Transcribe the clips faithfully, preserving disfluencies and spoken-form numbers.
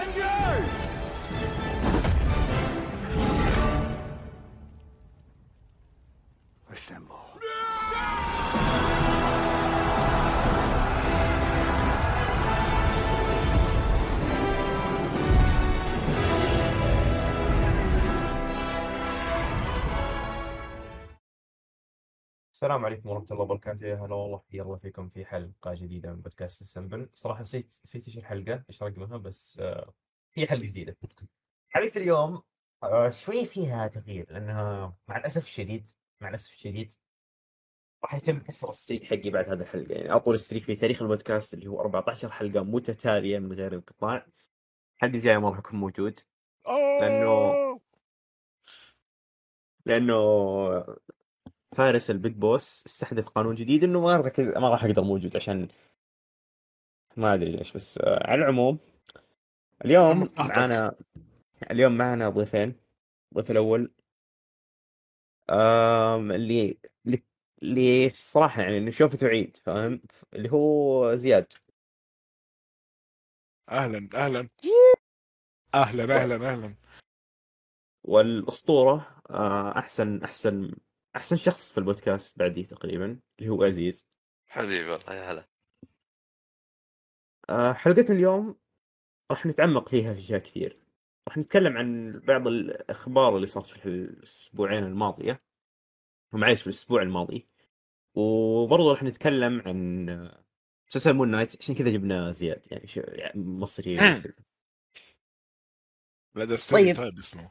Assemble. السلام عليكم ورحمة الله وبركاته. يا هلا والله، حيا الله فيكم في حلقة جديدة من بودكاست السنبل. صراحة نسيت نسيت ايش الحلقة، ايش رقمها، بس آه هي حلقة جديدة. حلقة اليوم آه شوي فيها تغيير، لأنها مع الأسف الشديد مع الأسف الشديد راح يتم كسر الستريك حقي بعد هذه الحلقة. يعني أطول ستريك في تاريخ البودكاست اللي هو أربعة عشر حلقة متتالية من غير انقطاع. الحلقة الجاية ما راح أكون موجود، لأنه أوه. لأنه فارس البيج بوس استحدث قانون جديد انه ما راح ما راح اقدر موجود، عشان ما ادري ليش. بس آه، على العموم اليوم مصلحتك. معنا اليوم معنا ضيفين. الضيف الاول آم، اللي اللي اللي صراحة يعني نشوفه عيد، فاهم، اللي هو زياد. اهلا اهلا اهلا و- اهلا اهلا. والاسطورة آه، احسن احسن احسن شخص في البودكاست بعدي تقريبا، اللي هو عزيز. حبيبي والله يا هلا. آه، حلقتنا اليوم راح نتعمق فيها في اشياء كثير. راح نتكلم عن بعض الاخبار اللي صارت في الاسبوعين الماضيه، ومعيش في الاسبوع الماضي. وبرضه راح نتكلم عن مسلسل مون نايت، عشان كذا جبنا زياد، يعني شو يعني مصري هم. وكذا. لا ده ستيريو طيب، تايب اسمه.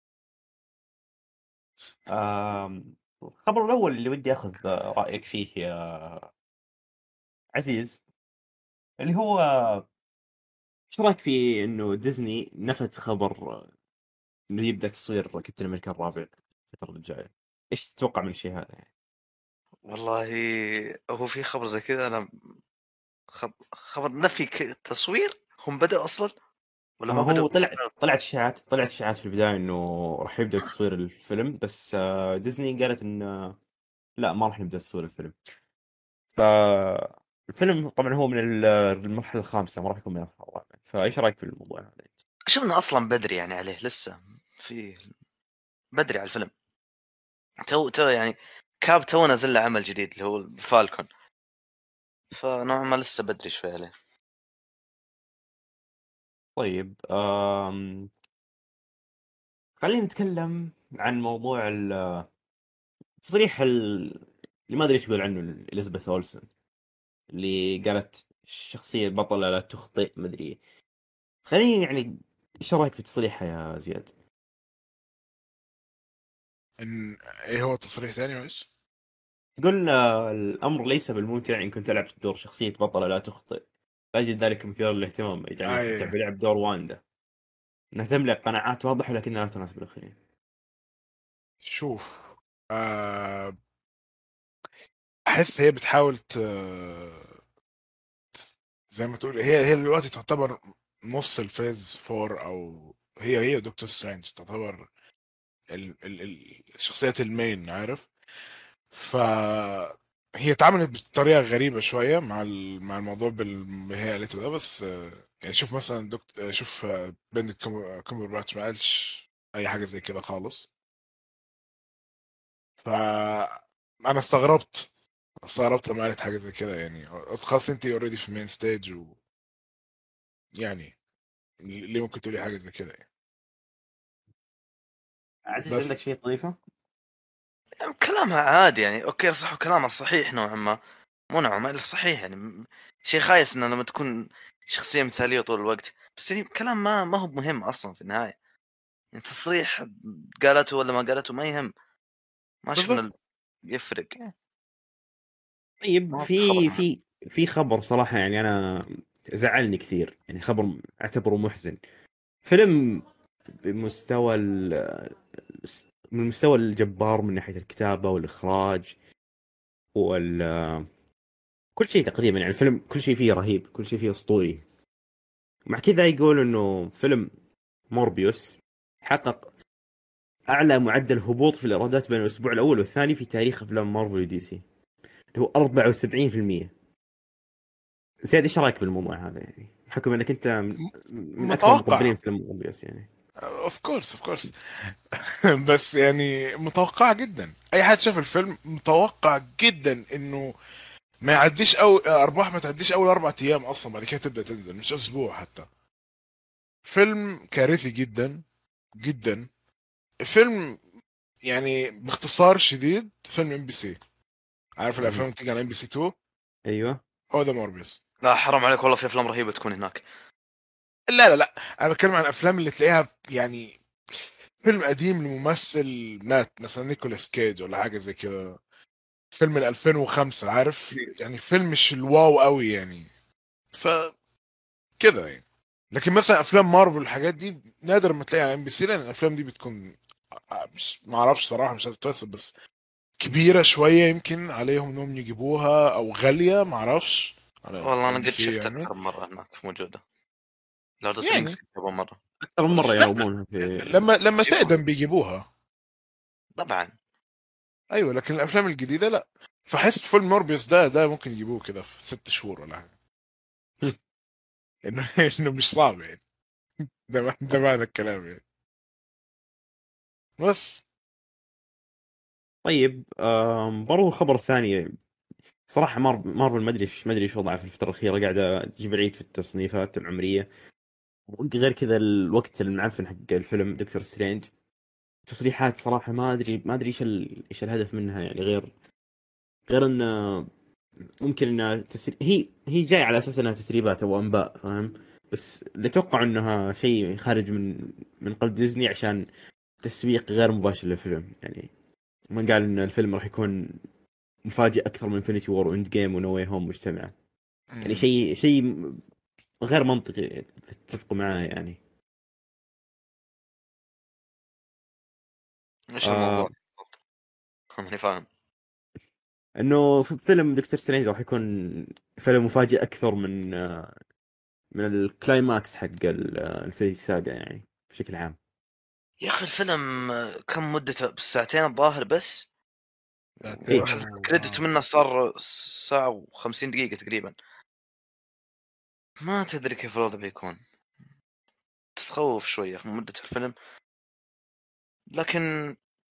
آم، الخبر الاول اللي ودي اخذ رايك فيه يا عزيز، اللي هو ايش رايك في انه ديزني نفت خبر انه يبدا تصوير كابتن امريكا الرابع الفتره الجايه؟ ايش تتوقع من الشيء هذا يعني؟ والله هو في خبر زي كذا، انا خب... خبر نفي ك- تصوير هم بدأوا اصلا ولا آه، ما هو بدأوا طلع تصوير؟ طلعت اشاعات طلعت اشاعات في البدايه انه راح يبدا تصوير الفيلم، بس آه، ديزني قالت ان آه، لا، ما راح نبدا تصوير الفيلم. فالفيلم طبعا هو من ال- المرحله الخامسه، ما راح يكون من المرحله الرابعه. فايش رايك في الموضوع هذا؟ شفنا اصلا بدري يعني عليه لسه في بدري على الفيلم. تو تو يعني كاب تو نزل له عمل جديد اللي هو فالكون، فنوعا ما لسه بدري شوي عليه. طيب، آم... خلينا نتكلم عن موضوع ال- التصريح ال- اللي ما ادري ايش يقول عنه اليزابيث اولسن، اللي قالت الشخصيه البطله لا تخطئ، ما ادري. خليني يعني، ايش رايك في تصريحها يا زياد؟ ان ايه هو التصريح تاني معلش؟ تقول آه، الأمر ليس بالممتع إن كنت ألعب دور شخصية بطلة لا تخطئ، فأجد ذلك مثيرا للاهتمام، يجعلني أستمتع اي بلعب دور واندا، إنها تملك قناعات واضحة لكنها لا تناسب الآخرين. شوف، آه، احس هي بتحاول ت... زي ما تقول هي هي دلوقتي تعتبر نص الفيز فور، او هي هي دكتور سترينج تعتبر ال... ال... ال... شخصية المين، عارف؟ ف هي اتعاملت بطريقه غريبه شويه مع ال- مع الموضوع بال هي قالته ده، بس آه، يعني شوف مثلا دكتور، آه، شوف بندك كومبر باتش ما قالش اي حاجه زي كده خالص. ف انا استغربت استغربت لما قالت حاجه زي كده. يعني خلاص انت اوريدي في المين ستيج، و يعني ليه ممكن تقولي حاجه زي كده يعني؟ عزيز، بس عندك شيء تضيفه؟ يعني كلامها عادي يعني، اوكي صح، كلامها صحيح نوعا ما، مو نوعا ما الا صحيح يعني. م- شيء خايس انه لما تكون شخصيه مثاليه طول الوقت، بس يعني كلام ما ما هو مهم اصلا في النهايه. يعني تصريح قالته ولا ما قالته ما يهم، ما بالظبط. شفنا ال- يفرق. طيب، ما في خبر في مهم. في في خبر صراحة يعني أنا زعلني كثير، يعني خبر أعتبره محزن. فيلم بمستوى ال- من المستوى الجبار من ناحية الكتابة والإخراج وال كل شيء تقريبا، يعني الفيلم كل شيء فيه رهيب، كل شيء فيه أسطوري. مع كذا يقول إنه فيلم موربيوس حقق أعلى معدل هبوط في الإيرادات بين الأسبوع الأول والثاني في تاريخ أفلام مارفل ودي سي، اللي هو أربعة وسبعين بالمئة. زياد، إيش رأيك بالموضوع هذا يعني؟ حكم انك انت من من اكثر متوقع مقبلين فيلم موربيوس يعني. اوف كورس اوف كورس. بس يعني متوقع جدا، اي حد شاف الفيلم متوقع جدا انه ما يعديش او ارباح ما تعديش اول اربع ايام اصلا، بعد كده تبدا تنزل، مش اسبوع حتى. فيلم كارثي جدا جدا. فيلم يعني باختصار شديد فيلم ام بي سي. عارف الافلام اللي بتيجي على ام بي سي اتنين؟ ايوه هو ده موربيوس. لا حرام عليك والله، في افلام رهيبه تكون هناك. لا لا لا، انا بتكلم عن الافلام اللي تلاقيها يعني فيلم قديم لممثل مات مثلا نيكولاس كيج ولا حاجه زي كده، فيلم من ألفين وخمسة، عارف يعني فيلم مش الواو قوي يعني، ف كده يعني. لكن مثلا افلام مارفل والحاجات دي نادر ما تلاقيها على ام بي سي، لان الافلام دي بتكون مش ما اعرفش صراحه، مش هتتوسب، بس كبيره شويه يمكن عليهم انهم يجيبوها، او غاليه ما اعرفش على والله انا ام بي قد سي شفت يعني. اكثر من مره هناك موجوده. لورد اوف رينجز يعني كذا مره. اكثر من ولا مره شيء. يرومونها في. لما لما يجيبون. تقدم بيجيبوها. طبعا. ايوه، لكن الافلام الجديده لا. فحس فيلم موربيوس ده ده ممكن يجيبوه كده في ست شهور ولا حاجه. انه انه مش صعب يعني. ده ده معنى الكلام يعني. بس طيب آم، برضو خبر ثاني. صراحه مار- مارفل ما ادري ايش ما ادري ايش وضعها في الفتره الاخيره، قاعده تجيب العيد في التصنيفات العمريه. غير كذا الوقت المعفن حق الفيلم دكتور سترينج، تصريحات صراحه ما ادري ما ادري ايش ال... ايش الهدف منها يعني، غير غير ان ممكن انها تسري... هي هي جايه على اساس انها تسريبات او انباء، فاهم؟ بس اللي اتوقع انها شيء خارج من من قلب ديزني عشان تسويق غير مباشر للفيلم يعني. من قال ان الفيلم راح يكون مفاجئ اكثر من انفنتي وور واند جيم ونو واي هوم مجتمعه، يعني مم. شيء شيء غير منطقي. تتفقوا معاه يعني؟ ايش آه الموضوع؟ ماني فاهم. انه في فيلم دكتور سترينج راح يكون فيلم مفاجئ اكثر من آه من الكلايماكس حق ال- آه، الفيلم الساقع يعني بشكل عام. يا اخي الفيلم آه، كم مدته؟ بالساعتين الظاهر بس. ايه ساعتين واخذ و... كريدت منه صار ساعه وخمسين دقيقه تقريبا. ما تدري كيف الوضع بيكون. تتخوف شويه في مده الفيلم. لكن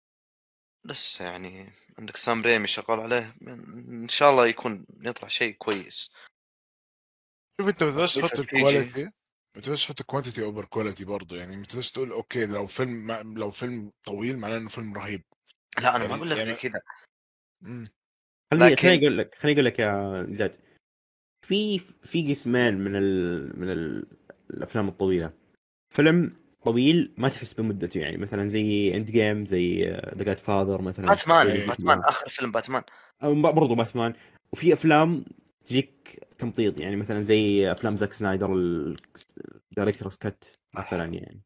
لسه يعني عندك سام ريمي شغال عليه، ان شاء الله يكون يطلع شيء كويس. شوف انت ما تقدرش تصنيف تحط تيجي. الكواليتي، ما تقدرش تحط الكوانتيتي اوفر كواليتي برضه يعني. ما تقدرش تقول اوكي لو فيلم لو فيلم طويل معناه انه فيلم رهيب لا انا ما يعني اقول لك زي يعني كذا. مم. خليني خليني لكن اقول لك خليني اقول لك يا زياد، في في قسمين من ال... من ال... الافلام الطويله. فيلم طويل ما تحس بمدته يعني، مثلا زي اند جيم، زي ذا جاد فاذر مثلا، باتمان زي ايه باتمان اخر فيلم باتمان. او برضو باتمان. وفي افلام تجيك تمطيط يعني، مثلا زي افلام زاك سنايدر الدايركتورز كات مثلا يعني،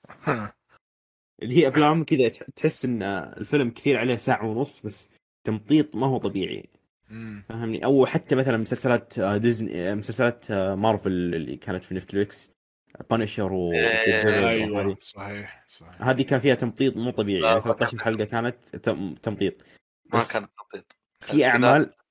اللي هي افلام كذا تحس ان الفيلم كثير عليه ساعه ونص بس تمطيط ما هو طبيعي، مم. فاهمني؟ او حتى مثلا مسلسلات ديزني، مسلسلات مارفل اللي كانت في نتفليكس، بانشر وديفل إيه، ايوه وهذه، صحيح صحيح. هذه كان فيها تمطيط مو طبيعي لا يعني، ما كان ثلاثة عشر تقدر. حلقه كانت تم- تمطيط. ما بس كان تخطيط. في بس كذا. اعمال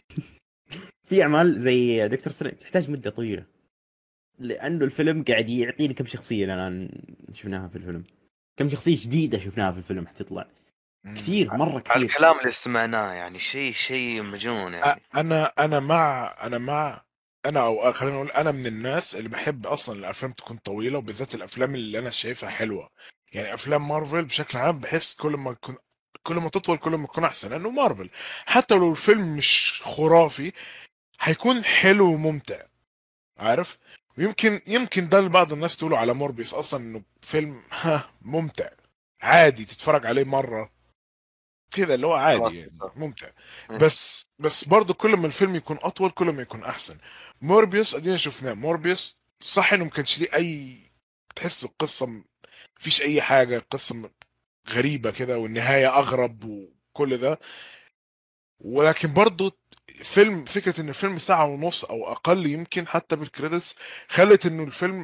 في اعمال زي دكتور سترينج تحتاج مده طويله، لانه الفيلم قاعد يعطيني كم شخصيه الان شفناها في الفيلم، كم شخصيه جديده شفناها في الفيلم حتطلع، مم. كثير مره على كثير. الكلام اللي سمعناه يعني شيء شيء مجنون أ- يعني. انا انا مع انا مع انا او خلينا نقول انا من الناس اللي بحب اصلا الافلام تكون طويله، وبالذات الافلام اللي انا شايفها حلوه. يعني افلام مارفل بشكل عام بحس كل ما تكون كل ما تطول كل ما تكون احسن، لانه مارفل حتى لو الفيلم مش خرافي هيكون حلو وممتع، عارف. ويمكن يمكن ده اللي بعض الناس تقولوا على موربيس اصلا انه فيلم ها ممتع، عادي تتفرج عليه مره كده، اللي هو خلاص عادي يعني صح. ممتع. إيه. بس بس برضه كل ما الفيلم يكون اطول كل ما يكون احسن. موربيوس ادينا شفناه، موربيوس صح انه ما كانش ليه اي، تحس القصه م- مفيش اي حاجه، قصه م- غريبه كده، والنهايه اغرب وكل ده. ولكن برضه فيلم، فكره ان الفيلم ساعه ونص او اقل يمكن حتى بالكريدتس، خلت انه الفيلم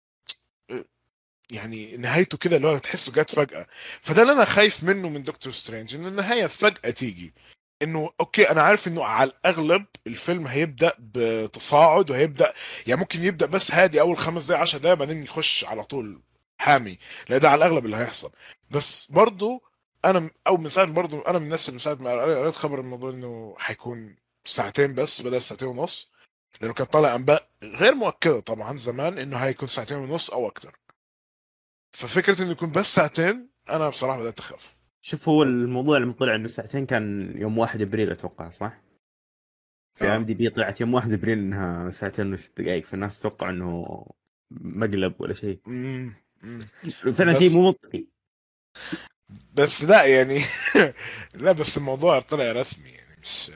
يعني نهايته كده اللي هو تحسه جت فجأة. فده اللي انا خايف منه من دكتور سترينج، ان النهاية فجأة تيجي. انه اوكي انا عارف انه على الاغلب الفيلم هيبدا بتصاعد وهيبدا يعني ممكن يبدا بس هادي اول خمس دقايق عشر دقايق بعدين يخش على طول حامي، لا ده على الاغلب اللي هيحصل. بس برضو انا م- او من ساعه برضو انا من الناس اللي من ساعه ما قريت خبر الموضوع انه هيكون ساعتين بس بدل ساعتين ونص، لانه كان طالع انباء غير مؤكده طبعا زمان انه هيكون ساعتين ونص او اكتر. ففكره انه يكون بس ساعتين انا بصراحه بدات اخاف. شوف، هو الموضوع لما طلع انه ساعتين كان يوم واحد ابريل اتوقع، صح؟ في ام اه دي بي طلعت يوم واحد ابريل انها ساعتين وست دقائق، فالناس تتوقع انه مقلب ولا شيء. امم امم فعلا شيء بس مو منطقي. بس لا يعني لا بس الموضوع طلع رسمي يعني مش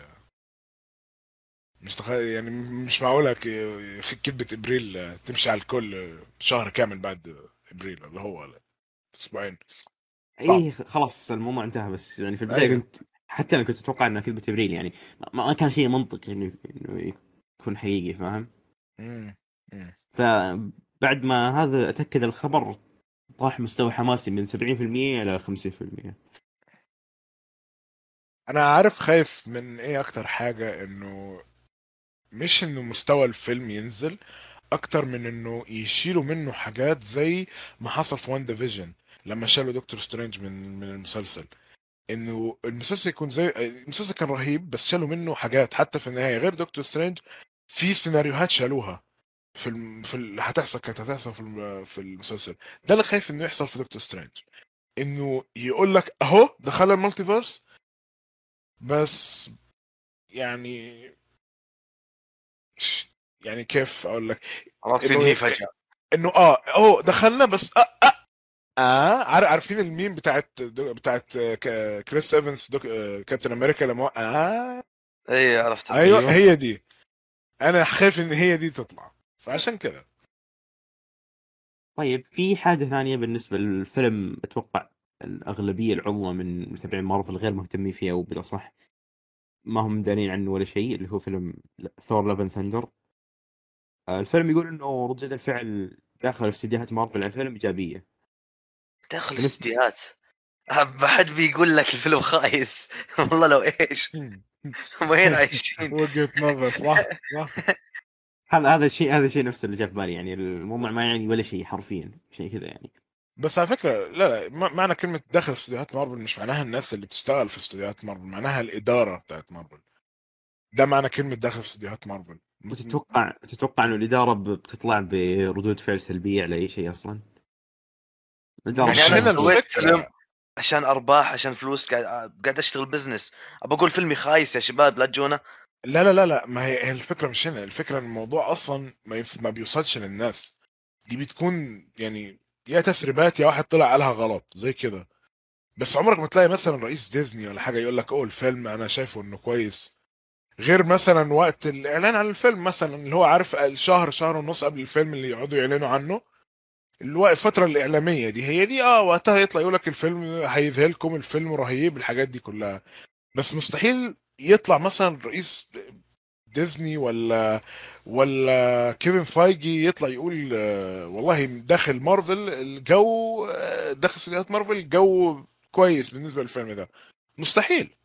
مش تخ... يعني مش معقولة ك- كذبة ابريل تمشي على الكل شهر كامل بعد ابريل اللي هو ولا اسبوعين. صعب. ايه خلاص الموضوع انتهى، بس يعني في البدايه ايوه. كنت حتى انا كنت اتوقع انها كذبه ابريل، يعني ما ما كان شيء منطقي انه انه يكون حقيقي، فاهم؟ امم امم فبعد ما هذا اتاكد الخبر، طاح مستوى حماسي من سبعين بالمئة الى خمسين بالمئة. انا عارف خايف من ايه اكتر حاجة، انه مش انه مستوى الفيلم ينزل اكتر من انه يشيلوا منه حاجات زي ما حصل في وان ديفيجن لما شالوا دكتور سترينج من من المسلسل. انه المسلسل يكون زي المسلسل كان رهيب بس شالوا منه حاجات حتى في النهايه غير دكتور سترينج، في سيناريوهات شالوها في الم... في ال... هتحصل كانت هتحصل في الم... في المسلسل. ده اللي خايف انه يحصل في دكتور سترينج، انه يقول لك اهو دخل المالتيفيرس بس يعني يعني كيف اقول لك عرفت انه تنهي فجاه. انه اه اهو دخلنا بس آه آه اه عار- عارفين الميم بتاعت بتاعت ك- كريس ايفنس دوك... آه، كابتن امريكا لما هو- اه اي عرفت. ايوه ايوه. هي دي. انا خايف ان هي دي تطلع فعشان كده. طيب في حاجه ثانيه بالنسبه للفيلم، اتوقع الاغلبيه العظمى من متابعين مارفل غير مهتمين فيه، او بالاصح ما هم دارين عنه ولا شيء، اللي هو فيلم ثور لافن ثندر. الفيلم يقول انه ردود الفعل داخل استديوهات مارفل على الفيلم ايجابيه. داخل بالنسبه استديوهات. ما حد بيقول لك الفيلم خايس. والله لو ايش. وين عايشين. وجهة نظر صح صح. هذا هذا الشيء هذا الشيء نفسه اللي جاء في بالي، يعني الموضوع ما يعني ولا شيء حرفيا، شيء كذا يعني. بس على فكرة لا لا ما- معنى كلمة داخل استديوهات مارفل مش معناها الناس اللي بتشتغل في استديوهات مارفل، معناها الإدارة بتاعت مارفل. ده معنى كلمة داخل استديوهات مارفل. م- وتتوقع تتوقع انه الاداره ب- بتطلع بردود فعل سلبيه على اي شيء اصلا؟ الاداره يعني مش انا هنا بتحاول تقول. سويت فيلم الفكرة. عشان ارباح عشان فلوس، قاعد قاعد اشتغل بزنس، ابى اقول فيلمي خايس يا شباب لا تجونا. لا لا لا لا ما هي هي الفكرة مش هنا الفكرة، ان الموضوع اصلا ما, يف... ما بيوصلش للناس. دي بتكون يعني يا تسريبات يا واحد طلع قالها غلط زي كده. بس عمرك ما تلاقي مثلا رئيس ديزني ولا حاجة يقول لك اوه الفيلم انا شايفه انه كويس، غير مثلا وقت الاعلان عن الفيلم مثلا اللي هو عارف الشهر شهر ونص قبل الفيلم اللي يقعدوا يعلنوا عنه. الوقت الفترة الإعلامية دي هي دي اه وقتها يطلع يقول لك الفيلم هيذهلكم الفيلم رهيب الحاجات دي كلها. بس مستحيل يطلع مثلا رئيس ديزني ولا ولا كيفن فايجي يطلع يقول آه، والله داخل مارفل الجو آه، داخل استديوهات مارفل الجو كويس بالنسبة للفيلم ده. مستحيل.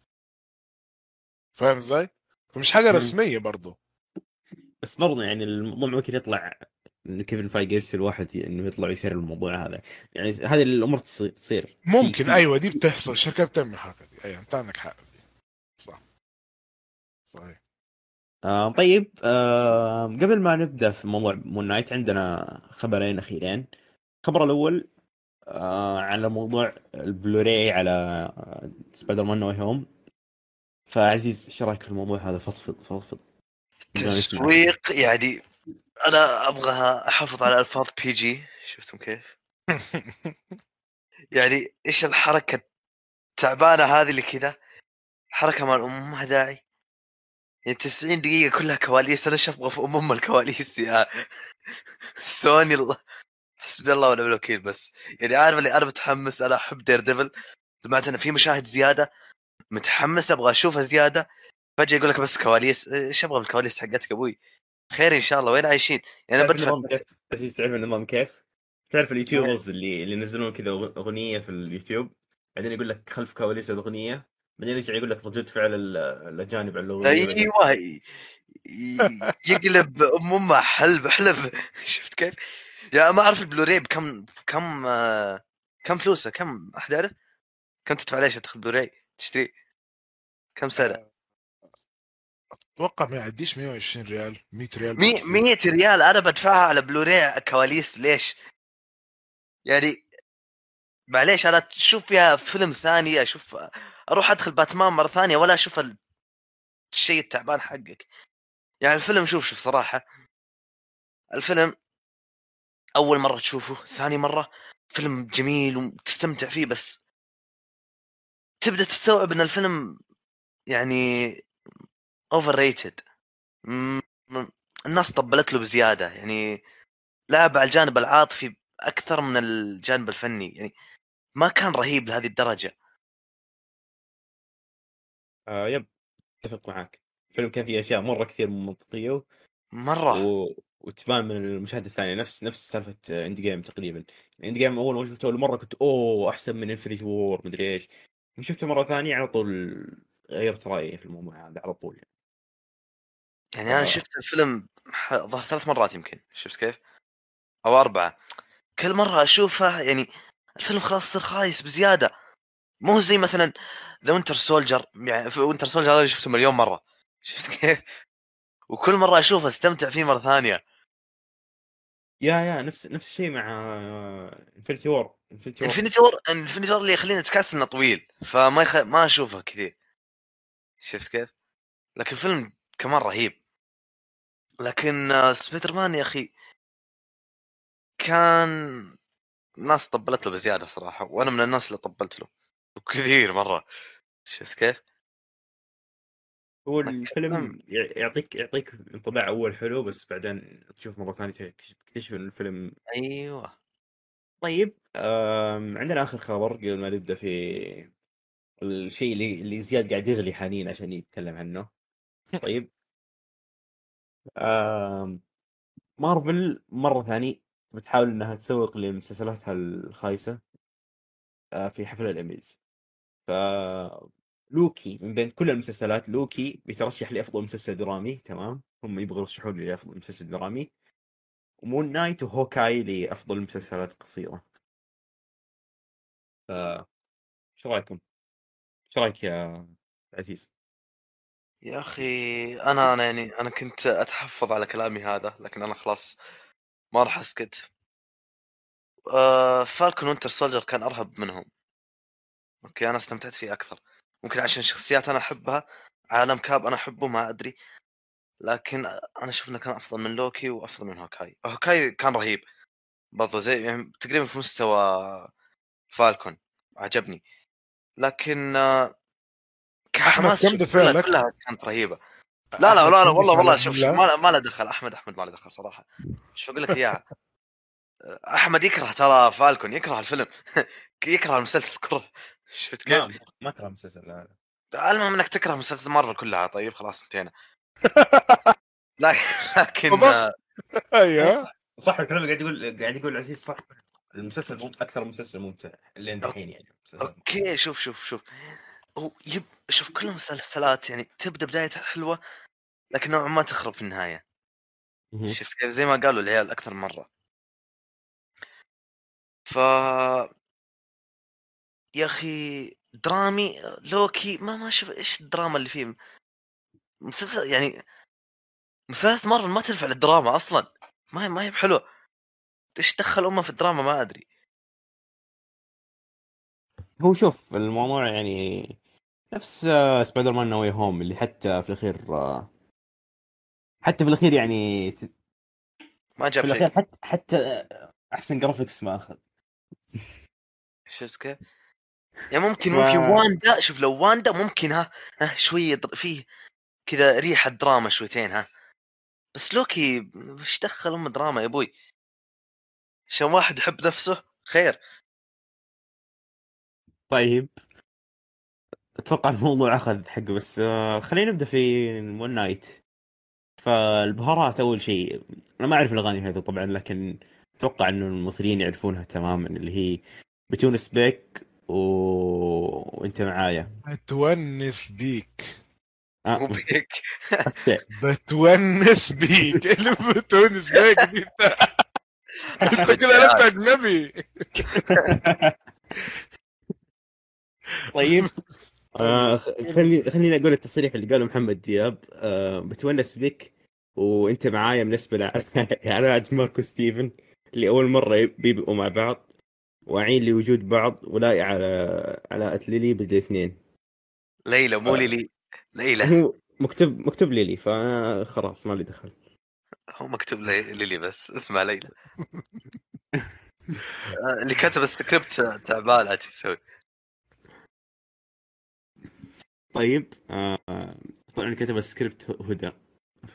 فاهم ازاي؟ فمش حاجة مم. رسمية برضه. بس برضه يعني الموضوع ممكن يطلع انه كيفن فايج يرسل واحد انه يطلع يسير الموضوع هذا، يعني هذه الامور تصير تصير في ممكن في ايوه دي بتحصل الشركات بتعمل الحركة دي ايوه انت عندك حق في دي. صح صحيح. آه طيب، آه قبل ما نبدا في موضوع مون نايت، عندنا خبرين اخيرين. الخبر الاول آه على موضوع البلوراي على آه سبايدر مان نو هوم. فعزيز ايش رايك في الموضوع هذا؟ فضفض فضفض، نبغى نسمعك. تسويق يعني. انا ابغى احافظ على الفاظ بي جي، شفتم كيف؟ يعني ايش الحركه التعبانه هذه اللي كذا، حركه مال ام ما داعي. يعني تسعين دقيقه كلها كواليس، انا ايش ابغى في ام ام الكواليس يا سوني الله. حسبي الله ونعم الوكيل. بس يعني عارف اللي انا متحمس، انا احب دير ديفل، سمعت انه في مشاهد زياده، متحمس ابغى اشوفها زياده. فجاه يقول لك بس كواليس، ايش ابغى بالكواليس حقتك ابوي؟ خير ان شاء الله، وين عايشين؟ يعني انا تعرف بدفع. النظام كيف عزيز؟ تعرف النظام كيف؟ تعرف إيه. اليوتيوبرز اللي اللي ينزلون كذا اغنيه في اليوتيوب، بعدين يقول لك خلف كواليس الاغنيه بعدين يرجع يقول لك ردود فعل ال- الاجانب على اللغويه. ايوه ي- ي- يقلب ام امه حلب حلب. شفت كيف؟ يا ما اعرف البلوراي بكم كم آه، كم فلوسه، كم احد يعرف كم تدفع عليه عشان تاخذ بلوراي تشتري؟ كم سعره؟ آه، اتوقع ما يعديش مية وعشرين ريال، مية ريال مي- بالكثير. مية ريال انا بدفعها على بلوراي كواليس. ليش يعني؟ معليش انا اشوف فيها فيلم ثاني، اشوف اروح ادخل باتمان مره ثانيه ولا اشوف الشيء التعبان حقك. يعني الفيلم شوف شوف صراحه، الفيلم اول مره تشوفه، ثاني مره فيلم جميل وتستمتع فيه، بس تبدا تستوعب ان الفيلم يعني اوفر ريتد. الناس طبلت له بزياده، يعني لعب على الجانب العاطفي اكثر من الجانب الفني، يعني ما كان رهيب لهذه الدرجه. آه يب، اتفق معاك. الفيلم كان فيه اشياء مره كثير مو منطقيه مره. و... وتبان من المشاهده الثانيه، نفس نفس سالفه اند جيم تقريبا. اند جيم اول ما شفته اول مره كنت اوه احسن من انفنتي وور مدري ايش، شفته مره ثانيه على طول غيرت رايي في الموضوع هذا على طول يعني. يعني انا ف... شفت الفيلم ح- ظهر ثلاث مرات يمكن، شفت كيف؟ او اربعه. كل مره اشوفه يعني الفيلم خلاص صار خايس بزياده، مو زي مثلا ذا وينتر سولجر. يعني في وينتر سولجر هذا شفته مليون مره، شفت كيف؟ وكل مره اشوفه استمتع فيه مره ثانيه. يا يا نفس نفس الشيء مع انفنتي وور. انفنتي وور انفنتي وور، انفنتي وور اللي يخليني اتكاسل انه طويل، فما يخ... ما اشوفه كثير، شفت كيف؟ لكن الفيلم كمان رهيب. لكن آه، سبايدر مان يا اخي كان ناس طبلت له بزياده صراحه، وانا من الناس اللي طبلت له وكثير مره، شفت كيف؟ هو لكن الفيلم يع- يعطيك يعطيك انطباع اول حلو، بس بعدين تشوف مره ثانيه تكتشف ان الفيلم ايوه. طيب. آم، عندنا اخر خبر قبل ما نبدا في الشيء اللي اللي زياد قاعد يغلي حنين عشان يتكلم عنه. طيب، آم، مارفل مره ثاني بتحاول انها تسوق لمسلسلاتها الخايسه آه، في حفل الاميز. ف لوكي من بين كل المسلسلات، لوكي بيترشح لافضل مسلسل درامي، تمام؟ هم يبغوا يرشحون لي لافضل مسلسل درامي. ومون نايت وهوكاي لافضل مسلسلات قصيره. ف شو رايكم؟ شو رايك يا عزيز؟ يا اخي انا انا يعني انا كنت اتحفظ على كلامي هذا، لكن انا خلاص ما راح اسكت. آه فالكون وينتر سولجر كان ارهب منهم. اوكي انا استمتعت فيه اكثر، ممكن عشان شخصيات انا احبها، عالم كاب انا احبه ما ادري، لكن انا اشوف انه كان افضل من لوكي وافضل من هوكاي. هوكاي كان رهيب برضو، زي يعني تقريبا في مستوى فالكون، عجبني. لكن آه، احمد كحماس كم شوف دفع كلها لك؟ كلها كانت رهيبه. لا لا احمد لا, لا كم والله دفع والله لك شوف شوف بالله؟ ما ما له دخل احمد، احمد ما له دخل صراحه. شوف اقول لك اياها، احمد يكره ترى فالكون، يكره الفيلم يكره المسلسل كره، شفت كيف؟ ما ما اكره مسلسل، لا لا. المهم انك تكره مسلسل مارفل كلها، طيب خلاص انتهينا. لكن لكن وبس. هو ايوه. صح صح الكلام اللي قاعد يقول قاعد يقول عزيز صح. المسلسل مو اكثر مسلسل ممتع اللي أوك- دحين يعني مسلسل. اوكي شوف شوف شوف هو يب شوف كل المسلسلات يعني تبدا بدايتها حلوه، لكن نوعا ما تخرب في النهايه، مهم. شفت كيف؟ زي ما قالوا العيال اكثر من مره. ف يا اخي درامي لوكي ما ما شوف ايش الدراما اللي فيه. مسلسل يعني مسلسل مارفل ما تنفع للدراما اصلا، ما هي ما هي بحلوه. ايش دخل امه في الدراما ما ادري. هو شوف الموضوع يعني نفس آه، سبايدر مان نو واي هوم اللي حتى في الاخير آه، حتى في الاخير يعني ت- ما في جاب شيء، الاخير حتى حتى آه، احسن جرافيكس ما اخذ. شفت كيف؟ يعني ممكن ف ممكن واندا، شوف لو واندا ممكن ها, ها شويه در... فيه كذا ريحه دراما شويتين ها، بس لوكي ايش دخل ام دراما يا ابوي؟ عشان واحد يحب نفسه خير. طيب، اتوقع الموضوع اخذ حقه، بس آه، خلينا نبدا في مون نايت. فالبهارات اول شيء، انا ما اعرف الاغاني هذه طبعا، لكن اتوقع انه المصريين يعرفونها تماما، اللي هي بتون سبيك و... وانت معايا. بتونس بيك. آه. مو بيك. بتونس بيك. إيه اللي بتونس بيك دي؟ انت انت كده قلبت اجنبي. طيب آه خليني خليني اقول التصريح اللي قاله محمد دياب. آه بتونس بك وانت معايا بالنسبه لعلاج ماركو ستيفن اللي اول مره بيبقوا مع بعض، واعين لوجود بعض ولاقي على علاءة ليلي بالاثنين. ليلى مو ليلي، ليلى. هو مكتوب مكتوب ليلي، فخلاص ما لي دخل. هو مكتوب لي ليلي بس اسمها ليلى. آه، اللي كتب السكريبت تعبان عاد شو يسوي. طيب آه طبعا كتب السكريبت هدى. ف...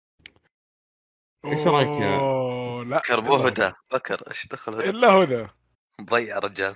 ايش رايك يا اوه لا، كربو إلا هدى بكر، ايش دخل هدى؟ الا هدى. مضيع رجال.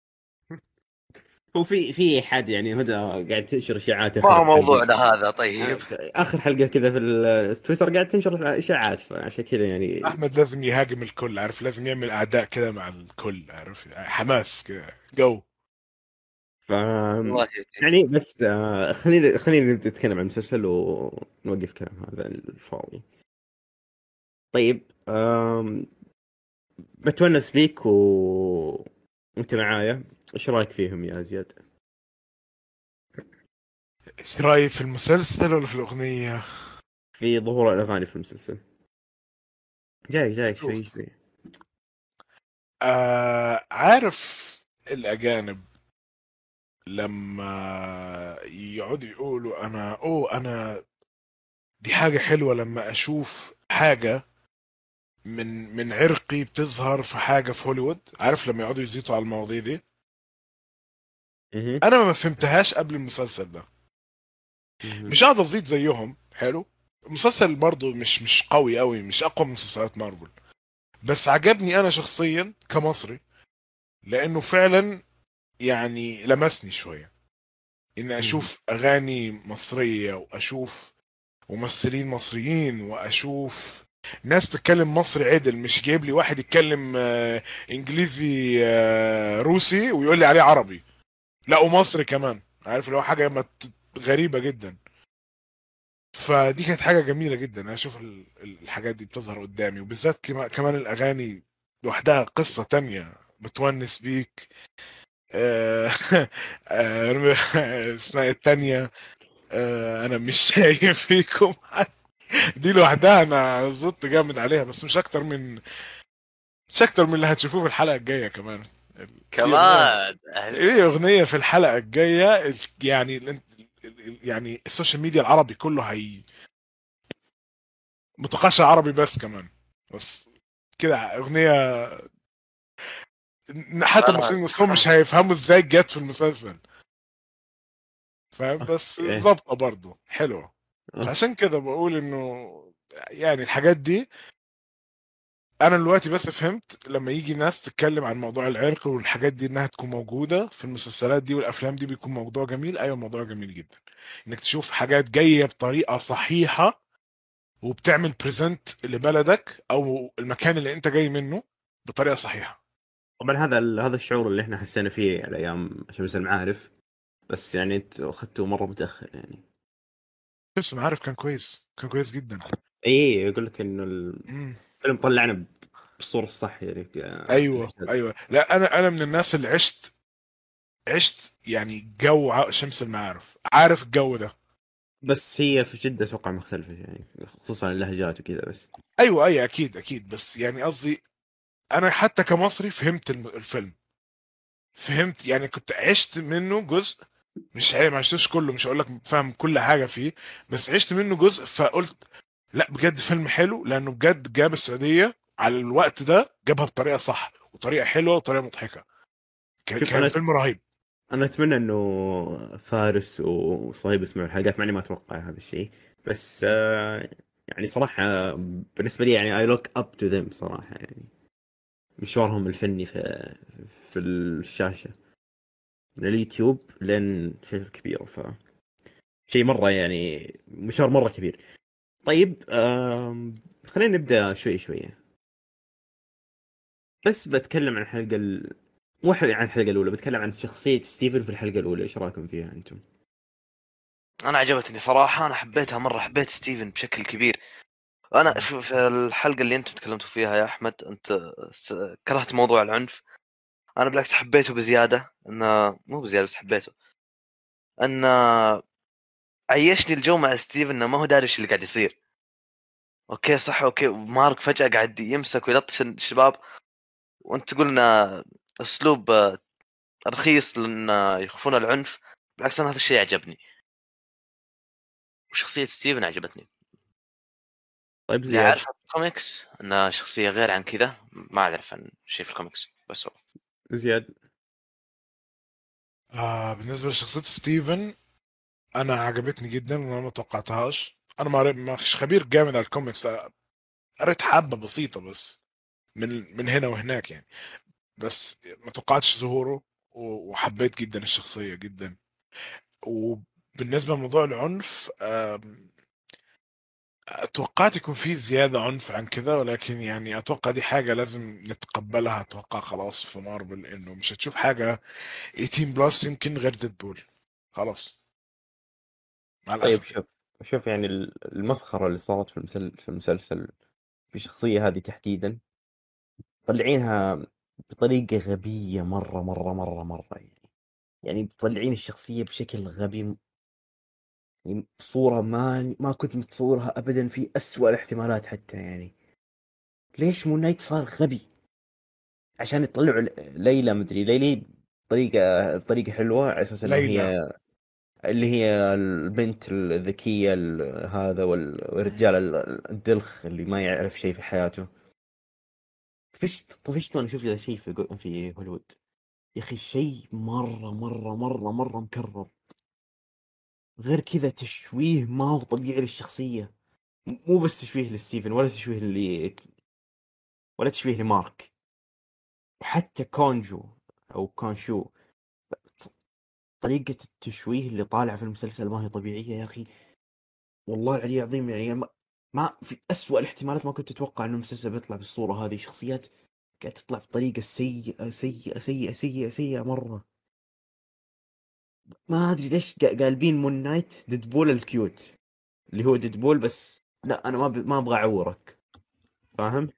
هو في في حد يعني هدى قاعد تنشر اشاعات ما اخر هو حلقه. موضوعنا هذا طيب. اخر حلقه كذا في التويتر قاعد تنشر اشاعات، فعشان كذا يعني. احمد لازم يهاجم الكل، عارف، لازم يعمل اعداء كده مع الكل، عارف، حماس كده جو. ف الله يهديك. يعني بس آه، خلينا خلينا نبدا نتكلم عن المسلسل ونوقف كلام هذا الفاضي. طيب آم، بتونس بيك و... وانت معايا، ايش رايك فيهم يا زياد؟ ايش رايك في المسلسل ولا في الاغنيه؟ في ظهور الاغاني في المسلسل. جاي جاي شوي شوف، شوي. آه عارف الاجانب لما يقعدوا يقولوا انا اوه انا دي حاجه حلوه لما اشوف حاجه من من عرقي بتظهر في حاجه في هوليوود، عارف لما يقعدوا يزيطوا على المواضيع دي. مهم. انا ما فهمتهاش قبل المسلسل ده. مهم. مش قاعد ازيد زيهم، حلو. المسلسل برضو مش مش قوي قوي، مش اقوى من مسلسلات مارفل، بس عجبني انا شخصيا كمصري، لانه فعلا يعني لمسني شويه، ان مهم. اشوف اغاني مصريه واشوف ممثلين مصريين واشوف ناس بتتكلم مصري عدل، مش جايب لي واحد يتكلم آه، انجليزي آه، روسي ويقول لي عليه عربي، لا ومصري كمان، عارف اللي هو حاجه مت- غريبه جدا. فدي كانت حاجه جميله جدا، انا اشوف ال- الحاجات دي بتظهر قدامي، وبالذات كما- كمان الاغاني لوحدها قصه تانية. بتونس بيك. آه، آه، اسمها إيه التانية؟ آه، انا مش شايف فيكم حد. دي لوحدها انا زدت جامد عليها، بس مش اكتر من مش اكتر من اللي هتشوفوه في الحلقه الجايه كمان. في اغنيه كمان في اغنيه في الحلقه الجايه، يعني ال- يعني السوشيال ميديا العربي كله هي متقشع عربي بس كمان، بس كده اغنيه حتى انا المصريين نفسهم مش هيفهموا ازاي جت في المسلسل، فاهم، بس اوكي. ظابطه برضه حلوه. أوكي. فعشان كده بقول انه يعني الحاجات دي، انا دلوقتي بس فهمت لما يجي ناس تتكلم عن موضوع العرق والحاجات دي انها تكون موجوده في المسلسلات دي والافلام دي، بيكون موضوع جميل. ايوه موضوع جميل جدا، انك تشوف حاجات جايه بطريقه صحيحه وبتعمل بريزنت لبلدك او المكان اللي انت جاي منه بطريقه صحيحه. طبعا هذا ال- هذا الشعور اللي احنا حسينا فيه على ايام شمس المعارف، بس يعني انت اخذته مره متاخر يعني. بس انا عارف كان كويس، كان كويس جدا. اي يقول لك انه مم. الفيلم طلعنا بالصوره الصح يعني ك- ايوه كمشهد. ايوه، لا انا انا من الناس اللي عشت عشت يعني جو ع- شمس المعارف، عارف الجو ده. بس هي في جده اتوقع مختلفه يعني، خصوصا اللهجات وكذا بس. ايوه اي اكيد اكيد، بس يعني قصدي انا حتى كمصري فهمت الم- الفيلم، فهمت يعني، كنت عشت منه جزء، مش عارف ما عشتوش كله، مش هقول لك فاهم كل حاجه فيه، بس عشت منه جزء، فقلت لا بجد فيلم حلو، لانه بجد جاب السعوديه على الوقت ده، جابها بطريقه صح وطريقه حلوه وطريقه مضحكه. كان شوف كان انا فيلم رهيب. انا اتمنى انه فارس وصهيب يسمعوا الحلقات، مع اني ما اتوقع هذا الشيء. بس آه، يعني صراحه بالنسبه لي يعني اي لوك اب تو ذم صراحه يعني، مشوارهم الفني في في الشاشه من اليوتيوب لين شاشة كبيرة، ف شيء مرة يعني مشوار مرة كبير. طيب آم، خلينا نبدأ شوي شوية. بس بتكلم عن الحلقة ال... مو عن الحلقه الاولى، بتكلم عن شخصيه ستيفن في الحلقه الاولى، ايش رايكم فيها انتم؟ انا عجبتني صراحه، انا حبيتها مره، حبيت ستيفن بشكل كبير. انا في في الحلقه اللي انتم تكلمتوا فيها يا احمد، انت س- كرهت موضوع العنف. انا بالعكس حبيته بزياده، انه مو بزياده بس حبيته انه عيشني الجو مع ستيفن، انه ما هو داري ايش اللي قاعد يصير. اوكي صح، اوكي مارك فجاه قاعد يمسك ويلطش الشباب، وانت تقول انه اسلوب آه، رخيص لان يخفون العنف. بالعكس انا هذا الشيء عجبني، وشخصيه ستيفن عجبتني. طيب اللي زياد. اعرفه في الكوميكس انها شخصيه غير عن كذا، ما اعرف عن شيء في الكوميكس بس هو. زياد. آه بالنسبه لشخصيه ستيفن، انا عجبتني جدا وانا ما توقعتهاش. انا ما مش خبير جامد على الكوميكس، قريت حبه بسيطه بس من من هنا وهناك يعني. بس ما توقعتش ظهوره، و- وحبيت جدا الشخصيه جدا. وبالنسبه لموضوع العنف، آم، توقعت يكون في زياده عنف عن كذا، ولكن يعني اتوقع دي حاجه لازم نتقبلها. اتوقع خلاص في مارفل انه مش هتشوف حاجه ثمانية عشر بلس يمكن غير ديدبول، خلاص مع طيب الاسف. شوف، شوف يعني المسخره اللي صارت في المسلسل في المسلسل في الشخصيه هذه تحديدا، طلعينها بطريقه غبيه مره مره مره مره يعني. يعني مطلعين الشخصيه بشكل غبي، يعني بصوره ما ما كنت متصورها ابدا في اسوأ الاحتمالات حتى يعني. ليش مون نايت صار غبي؟ عشان يطلعوا ليلى، مدري ليلي بطريقه بطريقه حلوه على اساس انه ليلى هي اللي هي البنت الذكيه ال- هذا وال- والرجال ال- الدلخ اللي ما يعرف شيء في حياته. فيش طفشت وانا اشوف ذا الشيء في جو- في هوليوود. يا اخي شيء مره مره مره مره مكرر. غير كذا تشويه ما هو طبيعي للشخصيه. م- مو بس تشويه لستيفن، ولا تشويه اللي ولا تشويه لمارك، وحتى كونجو او كونشو. طريقة التشويه اللي طالعة في المسلسل ما هي طبيعية يا أخي. والله العلي العظيم يعني ما, ما في أسوأ الاحتمالات ما كنت أتوقع إنه المسلسل بيطلع بالصورة هذه. شخصيات قاعد تطلع بطريقة سيئة سيئة سيئة سيئة سيئة مرة. ما أدري ليش قا- قالبين مون نايت ديدبول الكيوت، اللي هو ديدبول بس لا أنا ما ب... ما أبغى أعورك، فاهم؟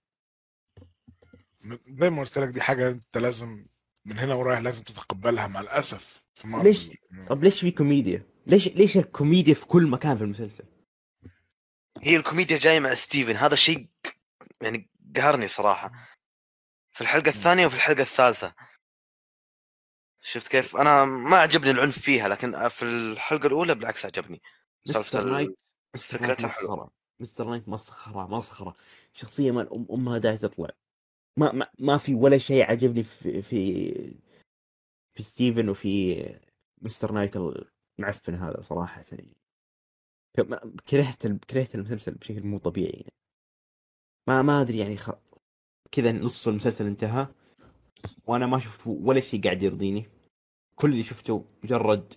زي ما قلت لك دي حاجه انت لازم من هنا ورايح لازم تتقبلها مع الاسف في ليش؟ مارفل. طب ليش في كوميديا؟ ليش ليش الكوميديا في كل مكان في المسلسل؟ هي الكوميديا جايه مع ستيفن، هذا الشيء يعني قهرني صراحه في الحلقه الثانيه وفي الحلقه الثالثه. شفت كيف؟ انا ما عجبني العنف فيها، لكن في الحلقه الاولى بالعكس عجبني سالفه مستر ال- نايت. مستر نايت فكرتها حلوه. مسخرة. مستر نايت مسخرة مسخرة. شخصية ما الأم أمها داعي تطلع. ما ما ما في ولا شيء عجبني في في في ستيفن وفي مستر نايت المعفن هذا صراحة يعني. كما- كرهت ال- كرهت المسلسل بشكل مو طبيعي يعني. ما ما أدري يعني خ... كذا نص المسلسل انتهى وأنا ما شفت ولا شيء قاعد يرضيني. كل اللي شفته مجرد،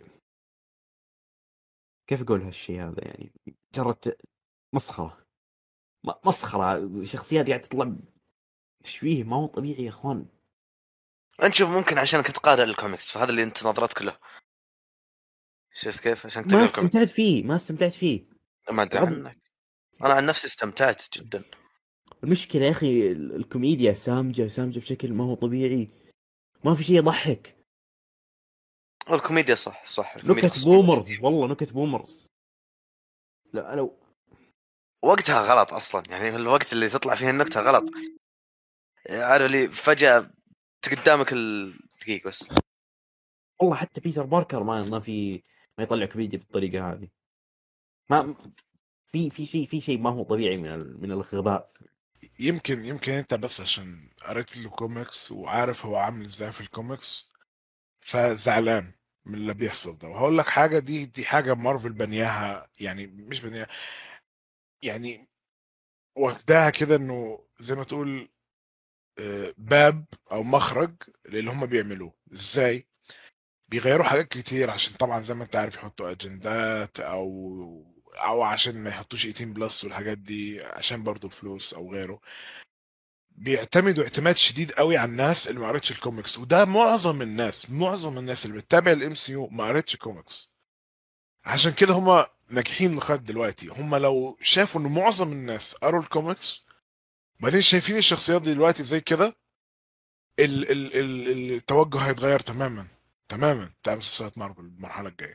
كيف أقول هالشيء هذا يعني، مجرد مسخرة. م- مسخرة. شخصيات قاعدة تطلع تشويه ما هو طبيعي يا اخوان. انت شوف، ممكن عشان كنت قارئ الكوميكس فهذا اللي انت نظرتك له. شفت كيف؟ عشان ما تقرا الكوميكس. استمتعت فيه، ما استمتعت فيه. ما ادري بغض عنك، انا عن نفسي استمتعت جدا. المشكلة يا اخي ال- الكوميديا سامجة سامجة بشكل ما هو طبيعي. ما في شيء يضحك. الكوميديا صح صح، الكوميديا نكت خصوصا بومرز، والله نكت بومرز. لا لو وقتها غلط اصلا، يعني الوقت اللي تطلع فيه النكته غلط. عارف لي فجاه قدامك ال... دقيقه بس. والله حتى بيتر باركر ما ما في ما يطلع كوميديا بالطريقة هذه. ما في في شيء في شيء ما هو طبيعي من ال... من الغباء. يمكن يمكن انت بس عشان قريت الكوميكس وعارف هو عامل ازاي في الكوميكس فزعلان من اللي بيحصل ده. وهقول لك حاجه، دي دي حاجه مارفل بنياها، يعني مش بنياها، يعني واخداها كده انه زي ما تقول آه، باب او مخرج للي هم بيعملوه. ازاي بيغيروا حاجات كتير عشان طبعا زي ما انت عارف يحطوا اجندات، او او عشان ما يحطوش ثمانية عشر بلس والحاجات دي عشان برضو الفلوس او غيره. بيعتمدوا اعتماد شديد قوي على الناس اللي ما قريتش الكوميكس، وده معظم الناس معظم الناس اللي بتتابع الام سي يو ما قريتش كوميكس. عشان كده هما ناجحين لغايه دلوقتي. هما لو شافوا ان معظم الناس قروا الكوميكس بعدين شايفين الشخصيات دي دلوقتي زي كده، ال ال ال التوجه هيتغير تماما تماما بتاع مسلسلات مارفل المرحله الجايه.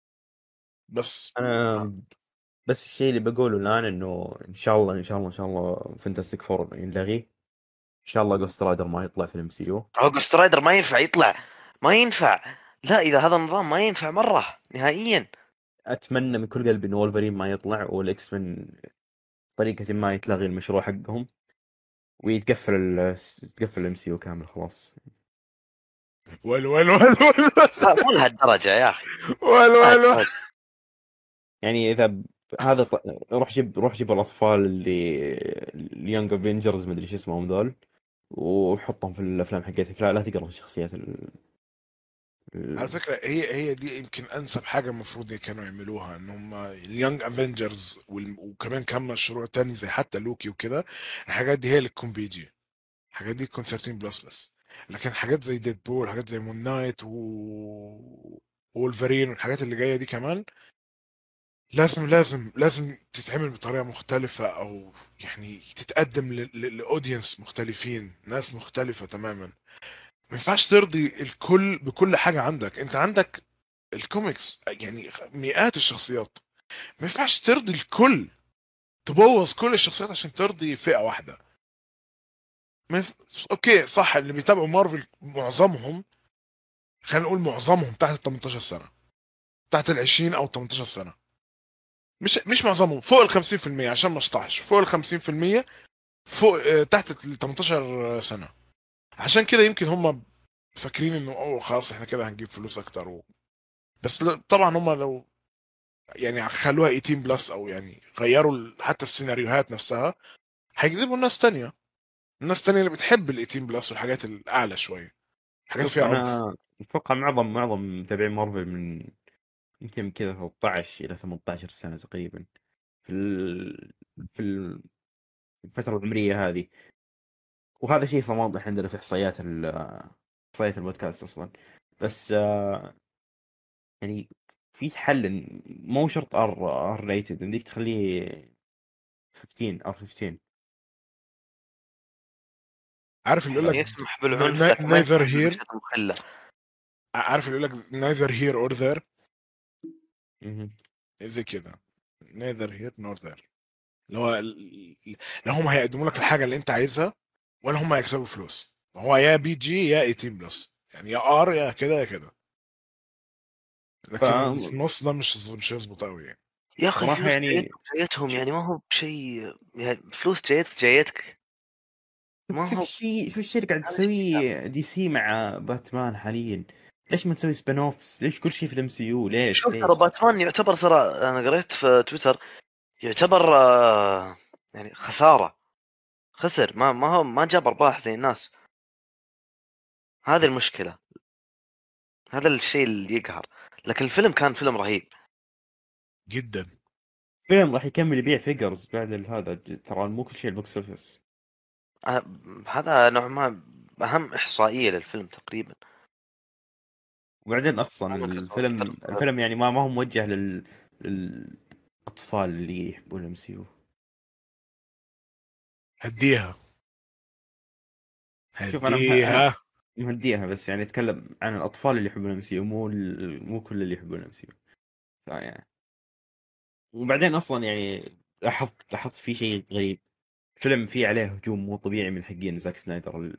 بس انا بس الشيء اللي بقوله الان انه ان شاء الله ان شاء الله ان شاء الله فانتاستيك فور ينلغي، ان شاء الله جوست رايدر ما يطلع في الام سي يو. هو جوست رايدر ما ينفع يطلع، ما ينفع. لا اذا هذا النظام ما ينفع مره نهائيا. اتمنى من كل قلبي ان وولفرين ما يطلع، والاكس من طريقه ما يتلغي المشروع حقهم ويتقفل ال يتقفل الام سي يو كامل خلاص. ويل ويل ويل ويل لا مو لهالدرجه يا اخي. ويل ما ويل ويل. يحتاج. يعني اذا ب... هذا ط... روح جيب روح جيب الاطفال اللي اليونج افنجرز مدري ايش اسمهم ذول وحطهم في الافلام حقتك. لا لا تقرا الشخصيات ال... على ال... فكره هي هي دي يمكن انسب حاجه المفروض كانوا يعملوها، ان هم اليونج افنجرز وكمان كم مشروع تاني زي حتى لوكي وكده. الحاجات دي هي اللي تكون بي جي، الحاجات دي تكون ثيرتين بلس بس. لكن حاجات زي ديد بول، حاجات زي مون نايت و وولفرين والحاجات اللي جايه دي كمان لازم لازم لازم تتعمل بطريقه مختلفه، او يعني تتقدم لاودينس مختلفين، ناس مختلفه تماما. ما ينفعش ترضي الكل بكل حاجه عندك. انت عندك الكوميكس يعني مئات الشخصيات، ما ينفعش ترضي الكل، تبوظ كل الشخصيات عشان ترضي فئه واحده. ما ينف... اوكي صح، اللي بيتابعوا مارفل معظمهم، خلينا نقول معظمهم تحت ال تمنتاشر سنه، تحت ال عشرين او تمنتاشر سنه. مش مش معظمهم، فوق ال خمسين في المية عشان ما اشطحش، فوق ال خمسين في المية فوق آه، تحت ال تمنتاشر سنه. عشان كده يمكن هم فاكرين انه اوه خلاص احنا كده هنجيب فلوس اكتر و... بس لا- طبعا هم لو يعني خلوها تمنتاشر بلس او يعني غيروا ال- حتى السيناريوهات نفسها، هيجذبوا الناس تانية، الناس تانية اللي بتحب ال تمنتاشر بلس والحاجات الاعلى شويه، حاجات شوف فيها عنف. انا اتوقع معظم معظم متابعين مارفل من يمكن كذا ثلاثة عشر الى ثمانية عشر سنه تقريبا في ال... في ال- الفتره العمريه هذه. وهذا شيء صار واضح عندنا في احصائيات ال... احصائيات البودكاست اصلا. بس آه، يعني في حل إن- مو شرط ار ار ريتد، يمديك تخليه خمستاشر ار خمستاشر. عارف اللي يقول يعني لك يسمح بالعنف لكن ما نايذر يسمح هير، بالاشياء المخله. عارف اللي يقول لك نايذر هير اور ذير، مهم. زي كده نايذر هير نور ذير. اللي هو ال- لا هم هيقدموا لك الحاجه اللي انت عايزها ولا هم هيكسبوا فلوس. هو يا بي جي يا تمنتاشر بلس، يعني يا ار يا كده يا كده. ف لكن اللي في النص ده مش مش هيظبط قوي يعني. يا اخي صراحه فلوس يعني جايتهم جايتهم شوف يعني ما هو بشيء. يعني فلوس جايتك جايتك ما شوف هو. الشيء شوف الشيء اللي قاعد هذا الشيء تسويه دي سي مع باتمان حاليا. ليش ما تسوي سبين اوفس؟ ليش كل شيء في الام سي يو؟ ليش شوف ترى ليش باتمان يعتبر، ترى انا قريت في تويتر يعتبر آه، يعني خساره. خسر، ما ما هو ما جاب ارباح زي الناس. هذه المشكله، هذا الشيء اللي يقهر. لكن الفيلم كان فيلم رهيب. جدا. فيلم راح يكمل يبيع فيجرز بعد هذا. ترى مو كل شيء البوكس اوفيس. أنا هذا نوع ما اهم احصائيه للفيلم تقريبا. وبعدين اصلا أنا كنت الفيلم أفتكر- الفيلم يعني ما ما هو موجه لل... للاطفال اللي يحبون الام سي يو. هديها شوف انا مه... انا هديها. مهديها، بس يعني اتكلم عن الاطفال اللي يحبون الام سي يو، مو ال... مو كل اللي يحبون الام سي يو. يعني وبعدين اصلا يعني لاحظت لاحظت في شيء غريب. فيلم فيه عليه هجوم مو طبيعي من حقين زاك سنايدر ال...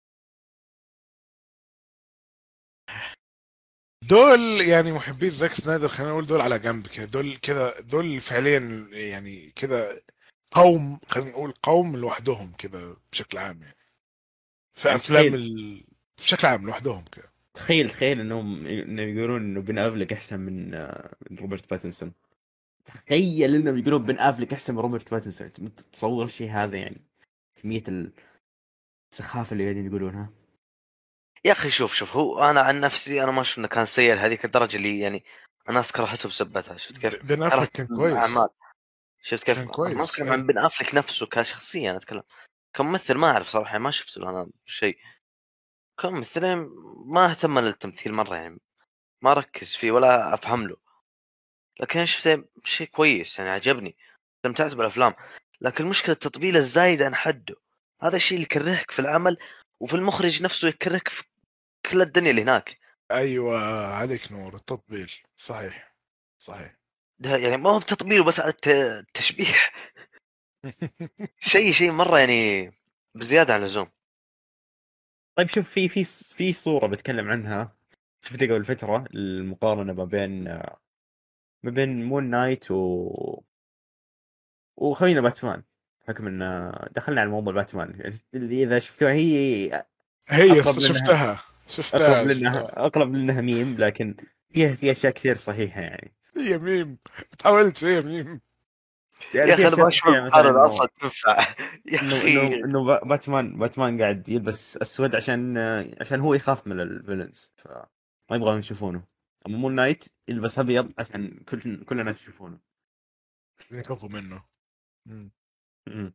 دول يعني محبين زاك سنايدر، خلينا نقول دول على جنب كده، دول كده دول فعليا يعني كده قوم، خلينا نقول قوم لوحدهم كده بشكل عام يعني، في يعني افلام تخيل ال... بشكل عام لوحدهم كده. تخيل تخيل انهم انهم يقولون انه بن افلك احسن من آه، من روبرت باتنسون. تخيل انهم يقولون بن افلك احسن من روبرت باتنسون. انت تتصور الشيء هذا؟ يعني كمية السخافة اللي قاعدين يقولونها. يا اخي شوف شوف هو انا عن نفسي انا ما اشوف انه كان سيء لهذيك الدرجه اللي يعني الناس كرهته بسبتها. شفت كيف؟ بن افلك كرهت كان الاعمال. كويس، شفت كيف؟ كان انا ما كويس اتكلم عن اي. بن افلك نفسه كشخصيه، انا اتكلم كممثل ما اعرف صراحه، ما شفت له انا شيء. كممثل يعني ما اهتم للتمثيل مره، يعني ما ركز فيه ولا افهم له، لكن شفت شيء كويس يعني عجبني، استمتعت بالافلام. لكن المشكله التطبيل الزايد عن حده، هذا الشيء اللي يكرهك في العمل، وفي المخرج نفسه يكرهك في كل الدنيا اللي هناك. ايوه عليك نور، التطبيل صحيح صحيح. ده يعني ما هو بتطبيل بس على الت- التشبيح. شيء شيء مره يعني بزياده عن اللزوم. طيب شوف، في في في صورة بتكلم عنها شفتها قبل فترة، المقارنة ما بين ما بين مون نايت و وخلينا باتمان، بحكم ان دخلنا على موضوع باتمان اللي اذا شفتوها هي هي اقرب لانها شفتها اقرب شفتها لانها شفتها اقرب لانها ميم، لكن فيها فيها اشياء كثير صحيحة يعني. هي ميم، تحاولت هي ميم. يعني يا في اخي انا اشياء ما اشوف صحيحة مثلا المقارنه انه اصلا تنفع. يا انه اخي انه انه با- باتمان باتمان قاعد يلبس اسود عشان عشان هو يخاف من الفيلنز، فما يبغى يشوفونه. اما مون نايت يلبس ابيض عشان كل كل الناس يشوفونه. يخافوا منه. مم. مم.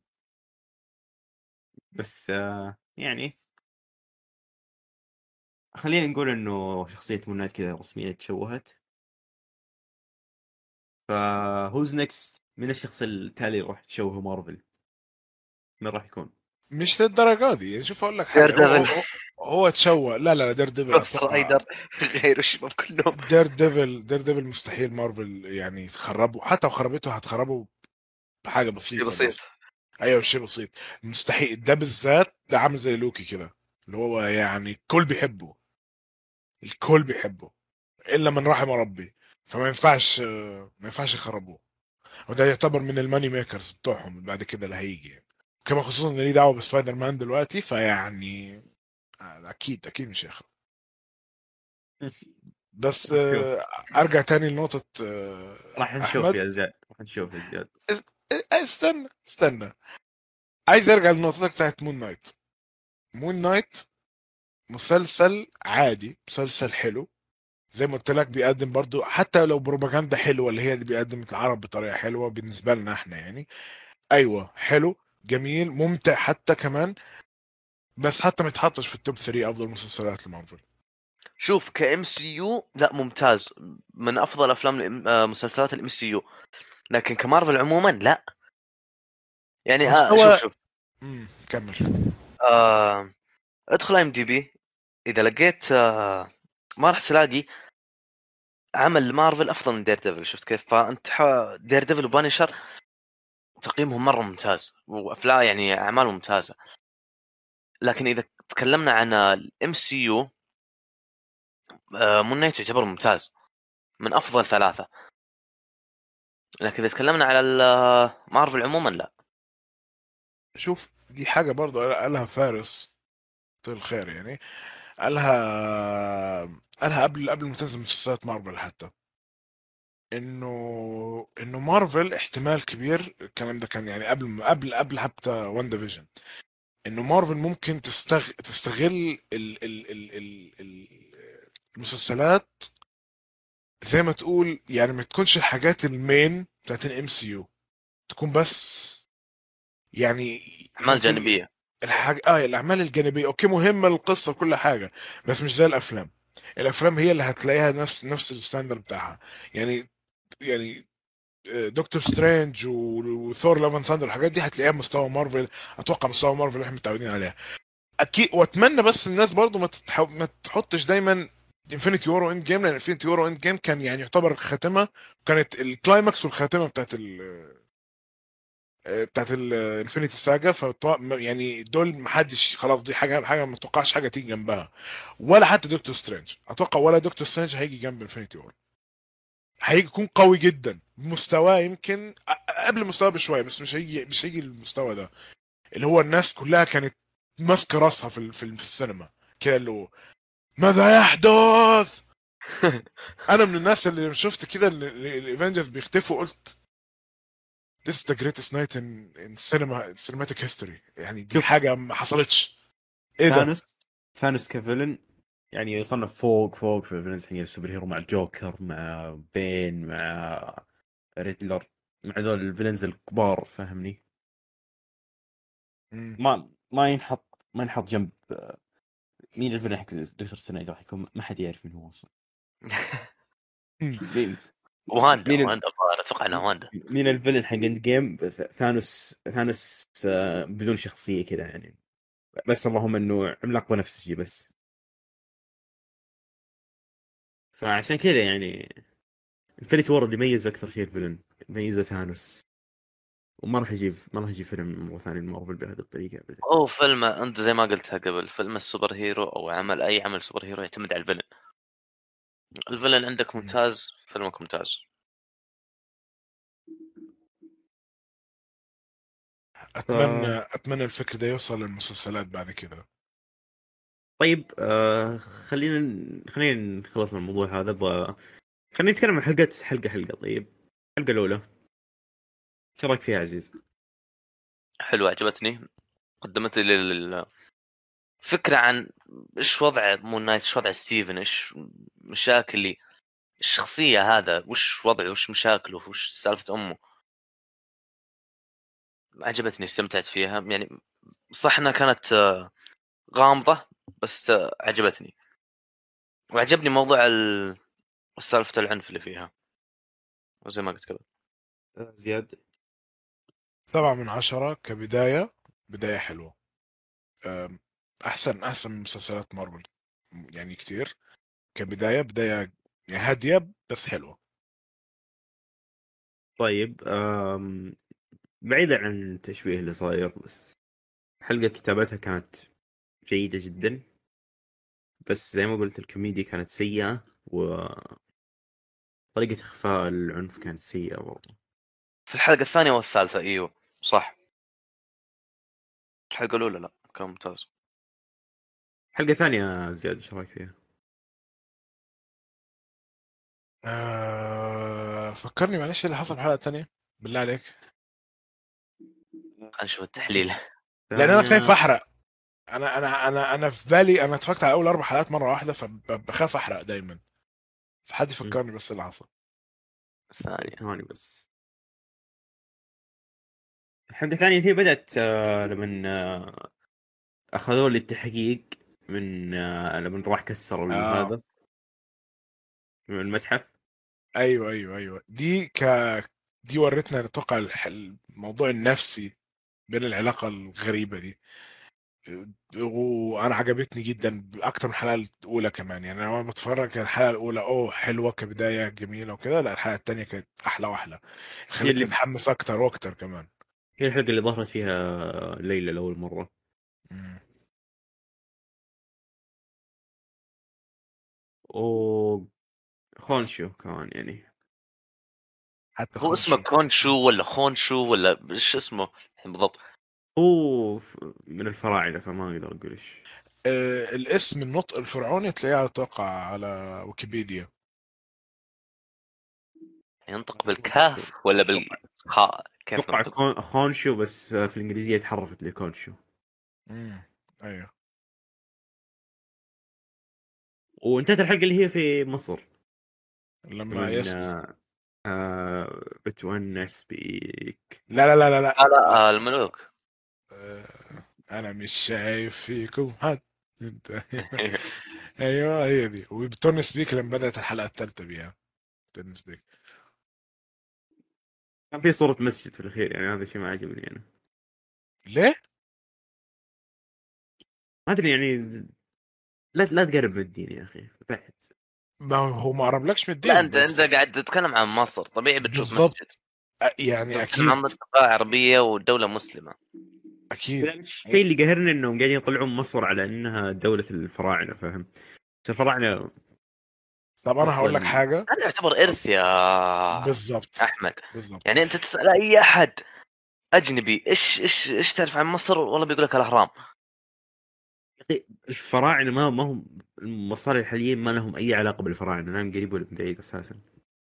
بس آه، يعني خلينا نقول انه شخصية مون نايت كذا رسميا تشوهت. فهوز نيكست من الشخص التالي راح تشوه مارفل؟ من راح يكون؟ مش للدرجه دي يعني. شوف اقول لك دير حاجه، هو ديفل، هو, هو تشوه. لا لا لا، دير ديفل جوست اتوقع. رايدر، غير الشباب كلهم. دير ديفل دير ديفل مستحيل مارفل يعني تخربه، حتى لو خربته هتخربه بحاجه شيء بسيطه بسيط. بس. ايوه شيء بسيط. مستحيل ده بالذات، ده عامل زي لوكي كده، اللي هو يعني الكل بيحبه، الكل بيحبه الا من رحم ربي. فما ينفعش ما ينفعش يخربوه. وده يعتبر من الماني ميكرز بتوعهم بعد كده اللي هيجي يعني. كما خصوصا ان ليه دعوه بسبايدر مان دلوقتي، فيعني آه، اكيد اكيد مش هيخرب. بس شوف، آه، ارجع تاني لنقطه آه، راح نشوف احمد. يا زياد، راح نشوف يا زياد. اس- استنى استنى، عايز ارجع لنقطتك بتاعت مون نايت. مون نايت مسلسل عادي، مسلسل حلو، زي ما قلت لك بيقدم برضو حتى لو بروباجندا حلوه اللي هي اللي بيقدم العرب بطريقه حلوه بالنسبه لنا احنا يعني. ايوه حلو جميل ممتع حتى كمان، بس حتى ما يتحطش في التوب ثلاثة افضل مسلسلات لمارفل. شوف كام سي يو لا ممتاز، من افضل افلام الإم- آه، مسلسلات الام سي يو، لكن كمارفل عموما لا. يعني آه شوف مستوى. شوف امم كمل. آه ادخل ام دي بي، اذا لقيت آه ما راح تلاقي عمل مارفل افضل من دير ديفل. شفت كيف؟ فانت ح- دير ديفل وبانشر تقييمهم مره ممتاز، وافلام يعني اعمالهم ممتازه. لكن اذا تكلمنا عن الام سي يو، مون نايت يعتبر ممتاز، من افضل ثلاثه. لكن اذا تكلمنا على ال- مارفل عموما لا. شوف دي حاجه برضو قالها فارس الخير يعني، قالها قالها قبل قبل ما تنزل مسلسلات مارفل حتى، انه انه مارفل احتمال كبير. الكلام ده كان يعني قبل قبل قبل حتى وان ديفيجن، انه مارفل ممكن تستغ... تستغل ال... ال... ال... ال... ال... المسلسلات زي ما تقول يعني، ما تكونش الحاجات المين بتاعت الام سي يو، تكون بس يعني زي اعمال ما تقول جانبيه. الحاجة اه الاعمال الجانبيه اوكي مهمه للقصه وكل حاجه، بس مش زي الافلام. الافلام هي اللي هتلاقيها نفس نفس الستاندرد بتاعها يعني. يعني دكتور سترينج و- وثور لاف اند ثاندر الحاجات دي هتلاقيها مستوى مارفل. اتوقع مستوى مارفل اللي احنا متعودين عليها اكيد. واتمنى بس الناس برضو ما تتح... ما تحطش دايما انفينيتي وور واند جيم، لان انفينيتي وور واند جيم كان يعني يعتبر خاتمه، كانت الكلايماكس والخاتمه بتاعت ال آه، بتاعت الانفينيتي ساجا. ف يعني دول ما حدش خلاص، دي حاجه حاجه ما اتوقعش حاجه تيجي جنبها، ولا حتى دكتور سترينج. اتوقع ولا دكتور سترينج هيجي جنب انفينيتي وور. هيجي يكون قوي جدا، مستواه يمكن أ- قبل مستواه بشويه، بس مش هيجي مش هيجي المستوى ده اللي هو الناس كلها كانت ماسكه راسها في ال- في ال- في السينما كده، اللي هو ماذا يحدث. انا من الناس اللي شفت كده الايفنجرز بيختفوا قلت this is the greatest night in in cinema cinematic history. يعني دي شوف، حاجه ما حصلتش. ايه ده؟ ثانوس ثانوس كفيلن يعني يصنف فوق فوق في الفيلنز حق السوبر هيرو، مع الجوكر، مع بين، مع ريدلر، مع ذول الفيلنز الكبار، فهمني؟ مم. ما ما ينحط ما ينحط جنب آه، مين الفيلن حق دكتور سترينج، راح يكون ما حد يعرف مين هو اصلا. مين واندا مين ال- واندا الظاهر، اتوقع انها واندا. مين الفيلن حق اند جيم؟ ثانوس. ثانوس آه، بدون شخصيه كذا يعني، بس اللهم انه عملاق بنفسجي بس. فعشان كذا يعني انفنتي وور اللي ميزه اكثر شيء الفيلن، ميزه ثانوس. وما راح يجيب ما راح يجي فيلم مره ثانيه مارفل بهذه الطريقه ابدا. هو فيلم انت زي ما قلتها قبل، فيلم السوبر هيرو او عمل اي عمل سوبر هيرو يعتمد على الفيلن. الفيلن عندك ممتاز، فيلمك ممتاز. ف... اتمنى اتمنى الفكر ده يوصل للمسلسلات بعد كده. طيب آه خلينا خلينا نخلص من الموضوع هذا. ب... خلينا نتكلم عن حلقات حلقه حلقه. طيب الحلقه الاولى ايش رايك فيها عزيز؟ حلوة، عجبتني. قدمت لي لل- فكرة عن ايش وضع مون نايت، ايش وضع ستيفن، ايش مشاكل لي الشخصية هذا، وش وضعه، وش مشاكله، وش سالفة امه. عجبتني، استمتعت فيها يعني. صح انها كانت آه، غامضة، بس آه، عجبتني. وعجبني موضوع ال- سالفة العنف اللي فيها، وزي ما قلت قبل. آه زياد. سبعة من عشرة كبداية، بداية حلوة. أم، أحسن أحسن من مسلسلات مارفل يعني كتير. كبداية بداية يعني هادية بس حلوة. طيب آم... بعيدا عن التشويه اللي صاير، بس حلقه كتابتها كانت جيده جدا، بس زي ما قلت الكوميديا كانت سيئه، وطريقه اخفاء العنف كانت سيئه برضه. في الحلقة الثانية والثالثة، ايوه صح. الحلقة الأولى لا، كان ممتاز. حلقه ثانيه زياد ايش رايك فيها؟ أه... فكرني معلش اللي حصل في الحلقة الثانية بالله عليك. خلينا نشوف التحليل. لأن أنا خايف ثانيه أحرق. أنا أنا أنا أنا في بالي أنا اتفرجت على أول أربع حلقات مرة واحدة، فبخاف أحرق دايما. فحد م. يفكرني بس اللي حصل. طيب الثانية ثواني بس. الحلقة الثانية هي بدأت آه، لما آه، أخذوه للتحقيق من آه، لما راح كسر اه هذا من المتحف. ايوه ايوه ايوه دي ك دي ورتنا نتوقع الح- الموضوع النفسي بين العلاقة الغريبة دي. وانا عجبتني جدا اكتر من الحلقة الاولى كمان. يعني انا لما بتفرج الحلقة الاولى اوه حلوة كبداية جميلة وكده، لا الحلقة التانية كانت احلى واحلى، هي خلتني اللي اتحمس اكتر واكتر كمان. هي الحلقة اللي ظهرت فيها ليلى لأول مرة. مم. وخونشو كمان يعني. حتى هو اسمه خونشو. كونشو ولا خونشو ولا ايش اسمه الحين بالضبط؟ هو ف- من الفراعنة، فما أقدر أقول إيش. آه الاسم النطق الفرعوني تلاقيه اتوقع على ويكيبيديا. ينطق مشهور بس هو. بالكاف ولا أتوقع بالخاء؟ كيف أتوقع ننطق؟ كون- خونشو، بس في الإنجليزية تحرفت لكونشو. مم. ايوه وانتهت الحلقة اللي هي في مصر لما من يست. آه بتونس بيك. لا لا لا لا لا. لا لا آه، الملوك. آه، انا مش شايف فيكم حد انت. ايوه هي دي. وبتوني سبيك لما بدات الحلقه الثالثه بيها توني سبيك. كان في صورة مسجد في الأخير، يعني هذا الشيء ما عجبني أنا. ليه؟ ما أدري يعني، لا لا تقرب من الدين يا أخي بعد. ما هو هو ما قربلكش من لا الدين انت انت بس. قاعد تتكلم عن مصر، طبيعي بتشوف مسجد. بالظبط. أ- انت يعني تتكلم عن اكيد منطقة عربية ودولة مسلمة. اكيد. يعني الشيء اللي قهرني إنهم قاعدين يطلعون مصر على إنها دولة الفراعنة، فاهم؟ بس الفراعنة طب انا هقول لك أصلا حاجه. هذا يعتبر ارث يا بالظبط احمد. بالظبط. يعني انت تسأل اي احد اجنبي ايش ايش ايش تعرف عن مصر، والله بيقول لك الاهرام. يا أخي الفراعنة ما ما هم المصاري الحاليين، ما لهم أي علاقة بالفراعنة، لا من قريب ولا من بعيد أساسا.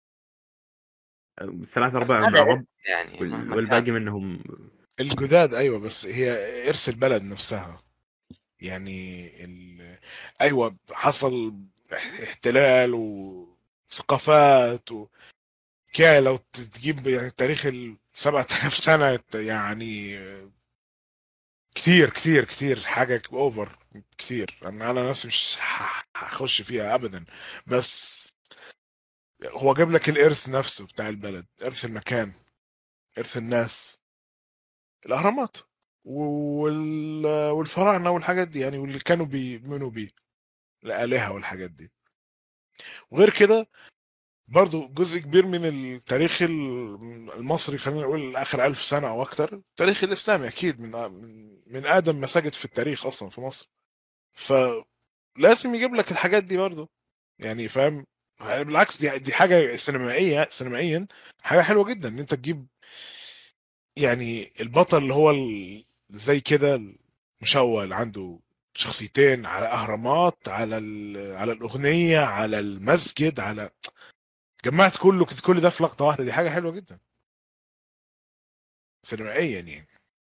ثلاثة أرباعهم هذا ارث عرب يعني وال- مهما كان. والباقي منهم. الجداد ايوه، بس هي ارث البلد نفسها. يعني ال... ايوه حصل احتلال وثقافات و... كده. لو تجيب يعني تاريخ السبعة آلاف سنة يعني كتير كتير كتير حاجة اوفر كتير. انا انا نفسي مش ه- هخش فيها ابدا. بس هو جاب لك الارث نفسه بتاع البلد، ارث المكان، ارث الناس، الاهرامات وال... والفراعنه والحاجات دي يعني، واللي كانوا بيؤمنوا بيه، الالهه والحاجات دي. وغير كده برضو جزء كبير من التاريخ المصري، خلينا نقول اخر ألف سنه او اكتر، التاريخ الاسلامي اكيد من من من اقدم مساجد في التاريخ اصلا في مصر. فلازم يجيب لك الحاجات دي برضو يعني، فاهم؟ بالعكس دي دي حاجه سينمائيه سينمائيا حاجه حلوه جدا ان انت تجيب يعني البطل اللي هو ال- زي كده مشوه عنده شخصيتين، على اهرامات، على ال- على الاغنيه، على المسجد، على جمعت كله كل ده في لقطه واحده. دي حاجه حلوه جدا سينمائيا يعني.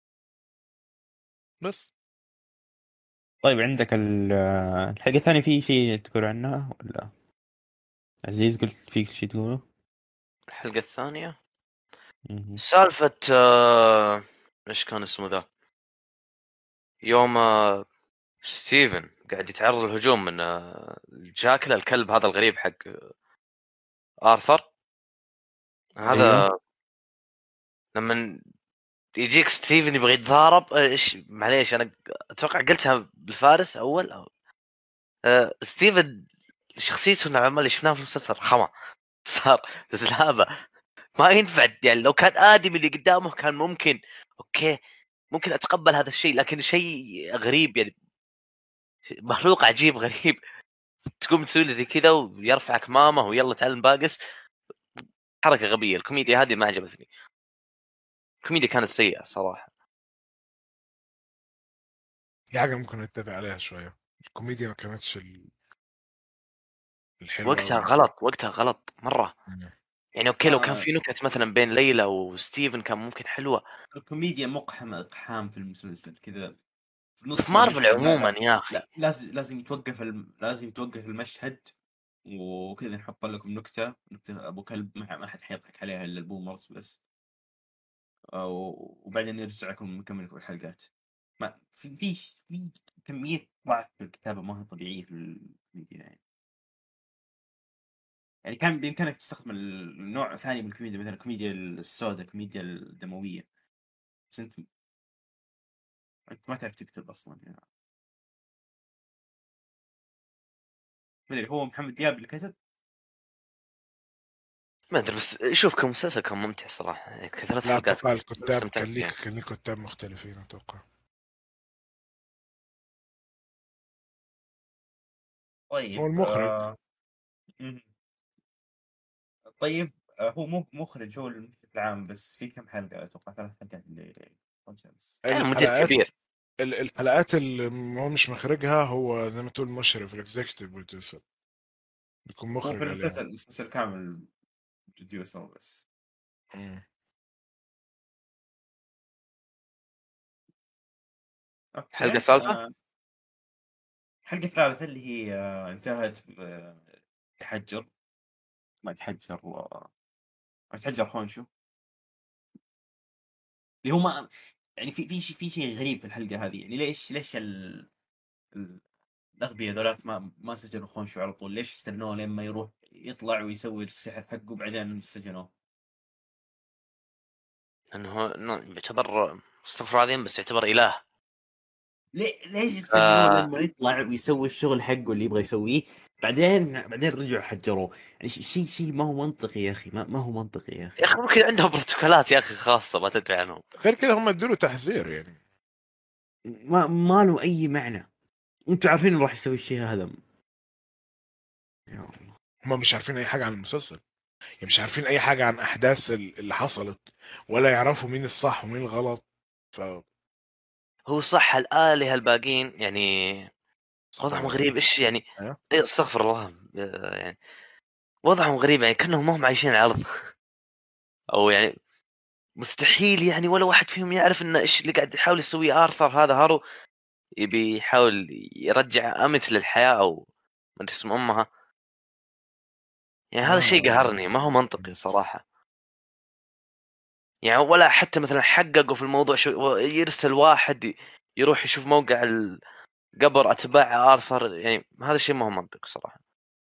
بس طيب عندك ال- الحلقة الثانية في شيء تقول عنها ولا عزيز قلت فيك شيء تقوله؟ الحلقة الثانية مهم. سالفة آه، ايش كان اسمه ذا، يوم آه، ستيفن قاعد يتعرض للهجوم من آه، جاكل الكلب هذا الغريب حق آرثر ايوه. هذا. لما يجيك ستيفن يبغى يتضارب، ايش معليش انا اتوقع قلتها بالفارس اول أو آه، ستيفن شخصيته نوعا ما اللي شفناها في المسلسل رخمه صار زلابه، ما ينفع يعني. لو كان ادمي اللي قدامه كان ممكن اوكي ممكن اتقبل هذا الشيء، لكن شيء غريب يعني، مخلوق عجيب غريب تقوم تسوي لي زي كذا ويرفعك مامه ويلا تعلم باقس. حركه غبيه، الكوميديا هذه ما عجبتني، الكوميديا كانت سيئه صراحه. دي حاجه ممكن نتفق عليها شويه، الكوميديا ما كانتش ال- الحلوه وقتها قوي. غلط، وقتها غلط مره يعني. اوكي لو كان آه في نكت مثلا بين ليلى وستيفن كان ممكن حلوه. الكوميديا مقحمة إقحام في المسلسل كذا في في نص مارفل المشهد. لا عموما لا يا اخي. لا لازم لازم يتوقف الم... لازم يتوقف المشهد وكذا نحط لكم نكتة نكتة أبو كلب ما ما حد حيضحك عليها إلا البومرز بس. أو- وبعدين نرجع لكم نكمل لكم الحلقات. ما في في في كمية ضعف في الكتابة ما هي طبيعية في الكوميديا يعني. يعني كان بإمكانك تستخدم النوع ثاني من الكوميديا مثلا الكوميديا السوداء الكوميديا الدموية، بس أنت أنت ما تعرف تكتب أصلا يعني. ما أدري هو محمد دياب اللي كتب. ما ادري بس شوف كمسلسل كان ممتع صراحه يعني، كثلاث لا حلقات اتوقع الكتاب كان استمتعت ليك فيها. كان ليك كتاب مختلفين اتوقع. هو طيب المخرج. آه... مم. طيب آه هو مو مخرج هو بشكل عام بس في كم حلقة أتوقع ثلاث حلقات اللي بس. يعني مدير الحلقات كبير. ال- الحلقات اللي هو مش مخرجها، هو زي ما تقول مشرف، الاكزيكتيف بروديوسر بيكون هو في مخرج عليها. المسلسل المسلسل كامل بروديوسر بس. مم. الحلقه أوكي الثالثه آه... الحلقة الثالثة اللي هي آه... انتهت بتحجر ما تحجر و... ما تحجر خونشو اللي هو ما يعني في في شيء في شيء غريب في الحلقة هذه يعني ليش ليش ال... ال... الأغبياء ذولاك ما ما سجنوا خونشو على طول؟ ليش استنوه لين ما يروح يطلع ويسوي السحر حقه بعدين سجنوه؟ انه إنه يعتبر استغفر الله العظيم بس يعتبر اله. ليه ليش يستنوه آه لما يطلع ويسوي الشغل حقه اللي يبغى يسويه بعدين بعدين رجعوا حجروه؟ يعني شيء شيء ما هو منطقي يا اخي، ما, ما هو منطقي يا يا اخي. اخي ممكن عندهم بروتوكولات يا اخي خاصه ما تدري عنهم. غير كده هم ادوا له تحذير يعني. ما ما له اي معنى. انتوا عارفين إنه راح يسوي الشيء هذا. يا الله. هم مش عارفين اي حاجه عن المسلسل يعني، مش عارفين اي حاجه عن احداث ال- اللي حصلت، ولا يعرفوا مين الصح ومين الغلط. ف هو صح الالهه الباقين يعني استغفر وضعهم الله غريب العظيم. ايش يعني. أيوة. إيه، استغفر الله آه، يعني وضعهم غريب يعني كانهم ما هم عايشين على الارض او يعني مستحيل يعني ولا واحد فيهم يعرف ان ايش اللي قاعد يحاول يسويه ارثر هذا. هارو يبي يحاول يرجع امت للحياه او ما ادري اسم امها. يعني هذا ما الشيء قهرني، ما هو منطقي صراحه يعني. ولا حتى مثلا حققوا في الموضوع شو يرسل واحد يروح يشوف موقع قبر اتباع ارثر، يعني هذا الشيء ما هو منطق صراحه.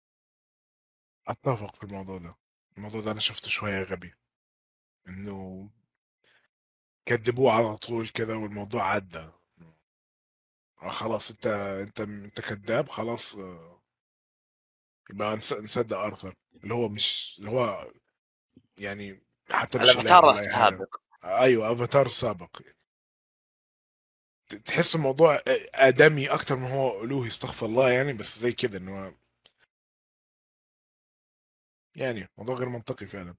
اتفق في الموضوع ده. الموضوع ده انا شفته شويه غبي، انه كدبوه على طول كده والموضوع عدى. آه خلاص انت انت انت كذاب خلاص. آه، يبقى نص- نصدق ارثر اللي هو مش اللي هو يعني حتى مش اله الافاتار ولا اي حاجه. السابق. آه، ايوه افاتار السابق. ت- تحس الموضوع ادمي اكتر من هو الوهي، استغفر الله يعني، بس زي كده انه هو يعني موضوع غير منطقي فعلا.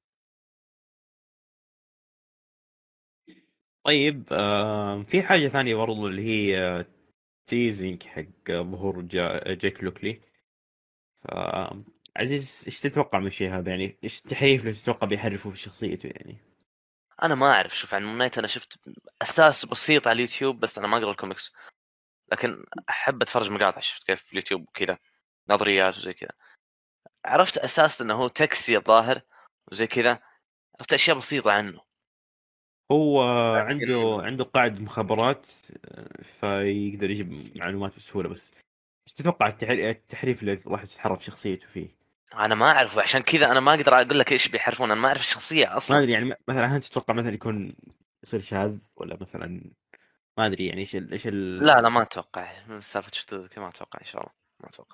طيب آه في حاجة ثانية برضو اللي هي تيزنج حق ظهور جا جيك لوكلي. ف عزيز ايش تتوقع من الشيء هذا؟ يعني ايش التحريف اللي تتوقع بيحرفوا في شخصيته يعني؟ انا ما اعرف، شوف عن مون نايت انا شفت اساس بسيط على اليوتيوب، بس انا ما اقرا الكوميكس، لكن احب اتفرج مقاطع، شفت كيف في اليوتيوب وكذا، نظريات وزي كذا. عرفت اساس انه هو تاكسي الظاهر وزي كذا، عرفت اشياء بسيطه عنه. هو عنده لكن عنده قاعدة مخابرات، آه، فيقدر يجيب معلومات بسهولة. بس ايش تتوقع التحري- التحريف اللي راح تتحرف شخصيته فيه؟ انا ما اعرف، عشان كذا انا ما اقدر اقول لك ايش بيحرفون، انا ما اعرف الشخصيه ما اصلا. ادري يعني، م- مثلا هل تتوقع مثلا يكون يصير شاذ، ولا مثلا ما ادري يعني ايش ال... ايش ال... لا لا ما اتوقع سالفه شذوذ كذا، ما اتوقع ان شاء الله، ما اتوقع.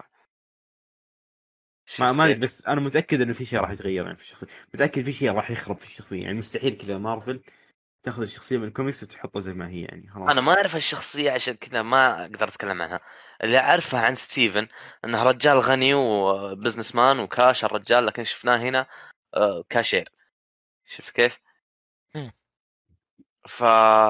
ما شفت ما ادري، كيف؟ بس انا متاكد انه في شيء راح يتغير يعني في الشخصيه. متاكد في شيء راح يخرب في الشخصيه، يعني مستحيل كذا مارفل تاخذ الشخصيه من الكوميكس وتحطها زي ما هي يعني انا ما خلاص. اعرف الشخصيه، عشان كذا ما اقدر اتكلم عنها. اللي اعرفه عن ستيفن انه رجال غني وبزنس مان وكاش الرجال، لكن شفناه هنا آه، كاشير. شفت كيف؟ مم. ف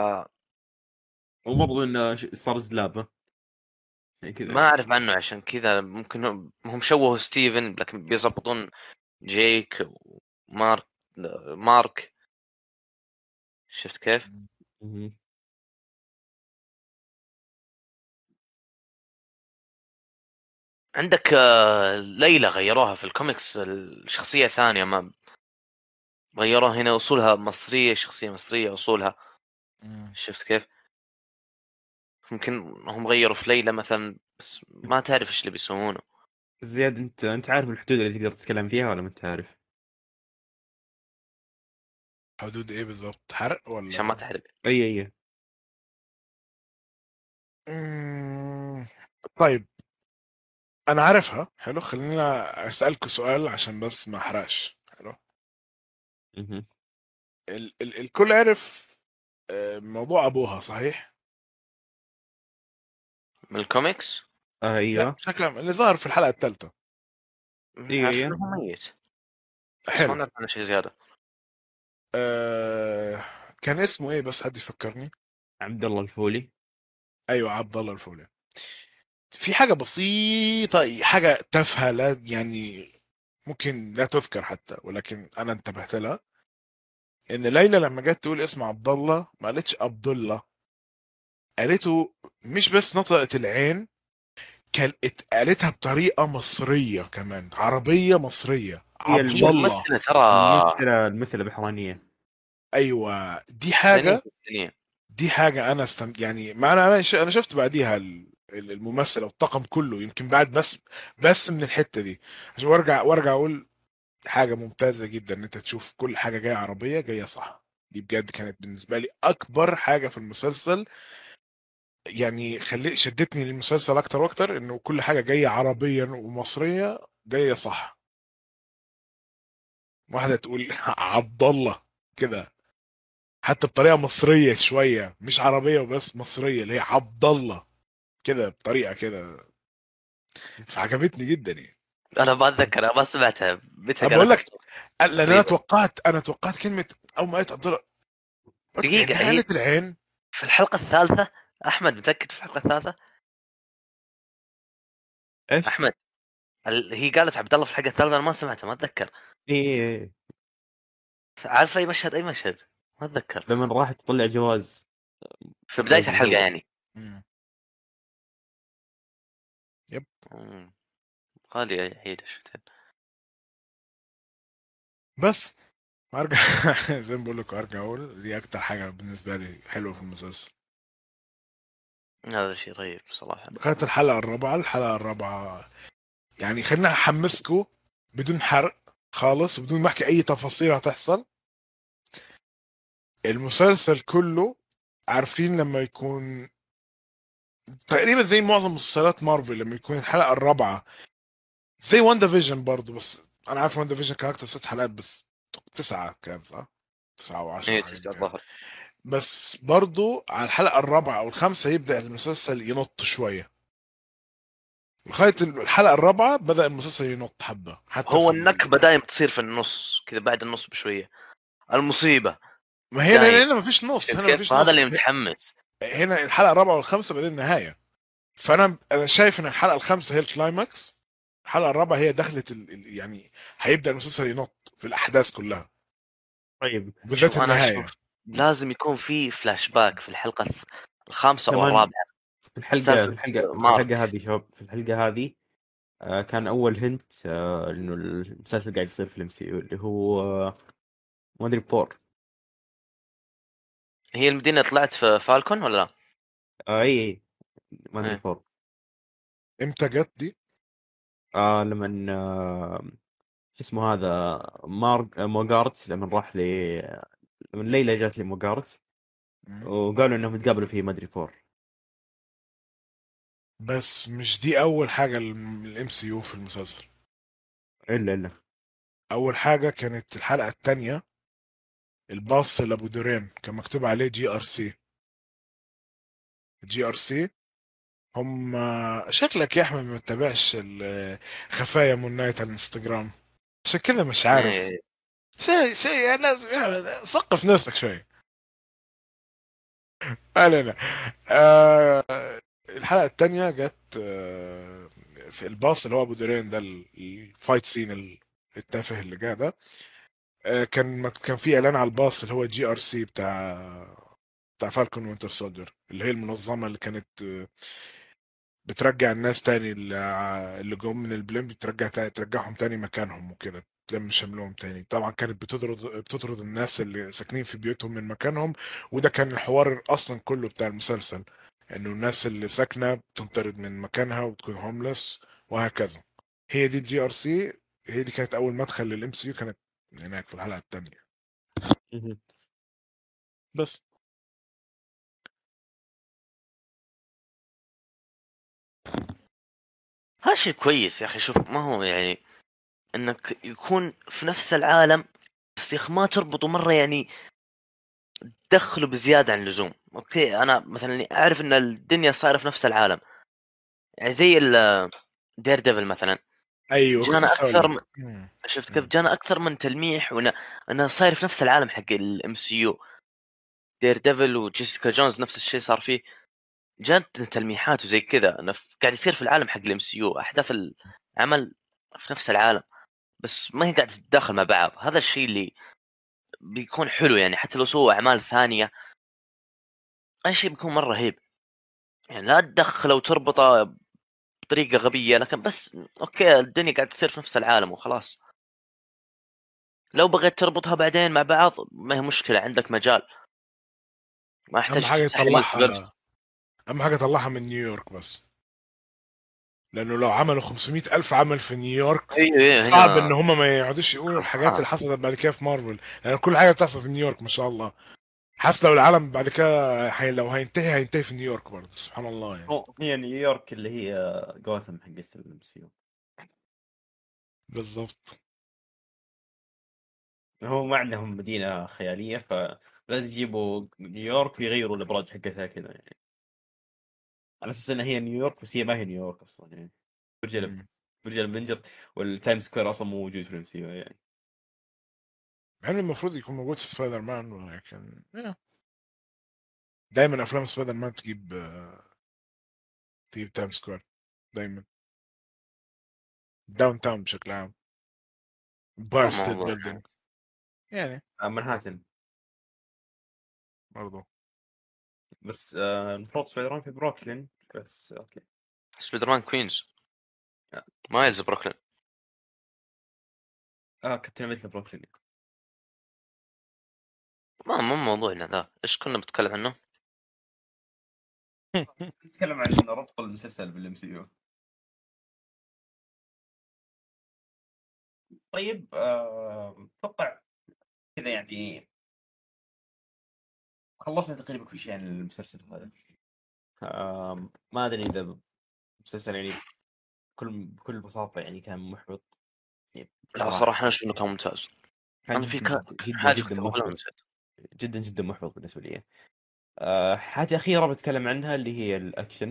وبرضه انه ش- صار زلابه يعني كذا. ما اعرف عنه، عشان كذا ممكن هم هم شوهوا ستيفن، لكن بيضبطون جيك ومارك مارك. شفت كيف؟ مهم. عندك آه، ليلى غيروها في الكوميكس الشخصية ثانية، ما غيروها هنا، أصولها مصرية، شخصية مصرية أصولها. مم. شفت كيف؟ ممكن هم غيروا في ليلى مثلا، بس ما تعرف ايش اللي بيسوونه. زياد، انت انت عارف الحدود اللي تقدر تتكلم فيها ولا ما انت عارف؟ حدود ايه بالظبط؟ حرق عشان ما ولا؟ تحرق. اي اي. مم. طيب انا عارفها. حلو، خلينا اسالك سؤال عشان بس ما احرقش. حلو. مهم. ال ال الكل عرف آه، موضوع ابوها صحيح؟ من الكوميكس آه لا ايوه. بشكل عام اللي ظهر في الحلقه الثالثه. ايوه عارف ايوه. انه ميت، بس ما حلو. نعرف عنه شيء زيادة. آه كان اسمه ايه بس حد يفكرني؟ عبد الله الفولي. ايوه عبد الله الفولي. في حاجه بسيطه، حاجه تافهه، لا يعني ممكن لا تذكر حتى، ولكن انا انتبهت لها. ان ليلى لما جت تقول اسم عبد الله ما قالتش عبد الله، قالته. مش بس نطقت العين، كانت قالتها بطريقه مصريه كمان، عربيه مصريه، هي عبد هي الم... الله. الممثلة ترى الممثله الممثله بحرانيه. ايوه دي فلسطينية حاجه. فلسطينية. دي حاجه انا استم... يعني ما انا انا ش- انا شفت بعديها ال- ال- الممثل او الطاقم كله، يمكن بعد بس بس من الحته دي، عشان وارجع وارجع اقول حاجه ممتازه جدا ان انت تشوف كل حاجه جايه عربيه جايه صح. دي بجد كانت بالنسبه لي اكبر حاجه في المسلسل، يعني خلي شدتني للمسلسل اكتر واكتر، انه كل حاجه جايه عربيا ومصريه جايه صح. واحده تقول عبد الله كده، حتى بطريقه مصريه شويه، مش عربيه وبس مصريه، اللي هي عبد الله كده بطريقه كده. فعجبتني جدا يعني. انا ما اتذكر، انا ما سمعتها متى انا بقول قالتها لك، لان انا تقريبا. توقعت انا توقعت كلمه اول ما قالت عبد الله، قلت دقيقة، انها هي قالت العين. في الحلقة الثالثة؟ احمد متأكد في الحلقة الثالثة؟ ايش؟ احمد، ال- هي قالت عبد الله في الحلقة الثالثة، انا ما سمعتها، ما اتذكر. اي. عارف اي مشهد؟ اي مشهد؟ ما اتذكر. لما راحت تطلع جواز، في بداية جواز الحلقة مزور. يعني. مم. يب. مم. غالية يا عيد شفتين. بس ارجع زي ما بقول لك، ارجع اقول دي اكتر حاجه بالنسبه لي حلوه في المسلسل. هذا شيء رهيب صراحه. دخلت الحلقه الرابعه الحلقه الرابعه يعني خلينا احمسكم بدون حرق خالص، بدون ما احكي اي تفاصيل هتحصل. المسلسل كله، عارفين لما يكون تقريبا زي معظم مسلسلات مارفل لما يكون الحلقه الرابعه زي واندا فيجن برضه، بس انا عارف واندا فيجن كان اكتر ست حلقات بس، تسعه كان صح؟ تسعه وعشرة ايه حاجه تسع كده. الظهر. بس برضه على الحلقه الرابعه او الخامسه يبدا المسلسل ينط شويه، لغايه الحلقه الرابعه بدا المسلسل ينط حبه حتى هو في النكبه ال... دايم تصير في النص كذا، بعد النص بشويه المصيبه ما هي هنا دايم. هنا ما فيش نص، شفت هنا ما كيف؟ فيش هذا اللي نص. متحمس. هنا الحلقه الرابعه والخامسه بعدين النهايه. فانا انا شايف ان الحلقه الخامسه هي الكلايماكس، الحلقه الرابعه هي دخلت ال... ال- يعني هيبدا المسلسل ينط في الاحداث كلها طيب وبالذات شوف انا النهايه. اشوف لازم يكون في فلاش باك في الحلقه الث- الخامسه او كمان الرابعه. في الحلقة في سالفه الحلقة في مارك. الحلقة هذه شباب، في الحلقة هذه آه كان أول هنت آه إنه المسلسل قاعد يصير في الام سي يو، اللي هو آه ما أدري بور. هي المدينه طلعت في فالكون ولا لا؟ آه أي أي ما أدري ايه. بور. امتى جت دي؟ آه لما آه شو اسمه هذا مارك آه موغارت لما راح ل لما ليلى جات لموغارت مم. وقالوا إنهم يتقابلوا في ما أدري بور. بس مش دي اول حاجه الام سي يو في المسلسل. إلا إلا اول حاجه كانت الحلقه الثانيه، الباص لابو دورين كان مكتوب عليه جي ار سي. جي ار سي هم، شكلك يا احمد ما تتابعش ال- خفايا مون نايت على الانستغرام، عشان كده مش عارف. ايه. شيء شيء لازم يعني ثقف نفسك شوي. علينا. آه الحلقه الثانيه جت آه في الباص اللي هو ابو دورين ده، ال- الفايت سين التافه اللي جه ده. آه كان كان في اعلان على الباص اللي هو جي ار سي بتاع بتاع فالكون وينتر سولجر، اللي هي المنظمه اللي كانت آه، بترجع الناس تاني اللي ع- اللي جم من البلين، بترجع تاني ترجعهم تاني مكانهم وكده، تلم شملهم تاني. طبعا كانت بتطرد بتطرد الناس اللي ساكنين في بيوتهم من مكانهم، وده كان الحوار اصلا كله بتاع المسلسل، انه الناس اللي ساكنه بتنطرد من مكانها وتكون هوملس وهكذا. هي دي الجي ار سي، هي دي كانت اول مدخل للام سي يو، كانت هناك في الحلقه الثانيه مهم. بس. هذا شيء كويس يا اخي. شوف ما هو يعني انك يكون في نفس العالم، بس يا اخي ما تربطه مره يعني تدخله بزياده عن اللزوم. اوكي انا مثلا اعرف ان الدنيا صايره في نفس العالم، يعني زي دير ديفل مثلا. ايوه كنت جانا لسه هقول اكثر من... لك. مم. شفت كيف مم. جانا اكثر من تلميح وانه انه صاير في نفس العالم حق الام سي يو. دير ديفل وجيسيكا جونز نفس الشيء صار فيه. جات تلميحات وزي كذا انه ف- قاعد يصير في العالم حق الام سي يو، احداث العمل في نفس العالم، بس ما هي قاعده تتداخل مع بعض. هذا الشيء اللي بيكون حلو يعني. حتى لو سووا اعمال ثانيه اي شيء بيكون مره رهيب. يعني لا تدخله وتربطه بطريقه غبيه، لكن بس اوكي الدنيا قاعده تصير في نفس العالم وخلاص. لو بغيت تربطها بعدين مع بعض ما هي مشكله، عندك مجال، ما اهم يحتاج حاجه تفتح لي ملتي فيرس. يطلعها، اهم حاجه يطلعها من نيويورك بس، لانه لو عملوا خمسمية الف عمل في نيويورك ايوه ايوه صعب ان هنا. هم ما يقعدوش يقولوا الحاجات آه. اللي حصلت بعد كده في مارفل، لان كل حاجه بتحصل في نيويورك ما شاء الله. حاسس لو العالم بعد كده هي لو هينتهي هينتهي في نيويورك برضه، سبحان الله يعني. هو هي نيويورك اللي هي جوثم حق الام سي يو. بالظبط. هو ما عندهم مدينة خيالية، فلازم يجيبوا نيويورك ويغيروا الأبراج حقتها كذا يعني، على أساس إنها هي نيويورك بس هي ما هي نيويورك أصلا يعني. برج ال- مم. برج الافنجرز والتايم سكوير أصلا مو موجود في الام سي يو يعني. مع انه المفروض يكون موجود في سبايدر مان، ولكن دايما افلام سبايدر مان تجيب آه، تجيب تايم سكوير دايما، داون تاون بشكل عام، مو بار ستيت موضوع. بيلدينج يعني آه، منهاتن. برضه. بس آه، المفروض سبايدر مان في بروكلين بس. أوكي. سبايدر مان كوينز، آه. مايلز بروكلين. آه كابتن أمريكا بروكلين. ما مو موضوعنا ذا. ايش كنا بنتكلم عنه؟ نتكلم عن ربط المسلسل بالام سي يو. طيب اتوقع كذا يعني خلصنا تقريبا كل شيء عن المسلسل هذا. آم، ما ادري اذا مسلسل يعني بكل بكل بساطه يعني كان محبط يعني لا صراحه. صراحه انا اشوف انه كان ممتاز. كان انا في جدا كان جدا جدا حاجه جدا كنت بقولها محبط، نسيت. جدا جدا محبط بالنسبه لي. أه حاجه اخيره بتكلم عنها اللي هي الاكشن.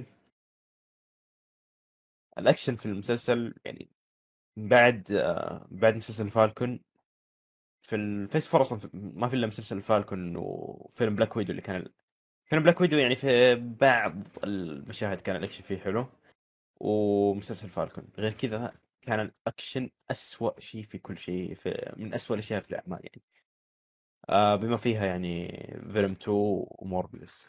الاكشن في المسلسل يعني بعد أه بعد مسلسل فالكون في الفيس فور اصلا ما في الا مسلسل فالكون وفيلم بلاك ويدو اللي كان فيلم بلاك ويدو يعني في بعض المشاهد كان الاكشن فيه حلو، ومسلسل فالكون غير كذا كان الاكشن اسوأ شيء في كل شيء، في من اسوأ الاشياء في الاعمال يعني. آه بما فيها يعني فيلم تو وموربيوس.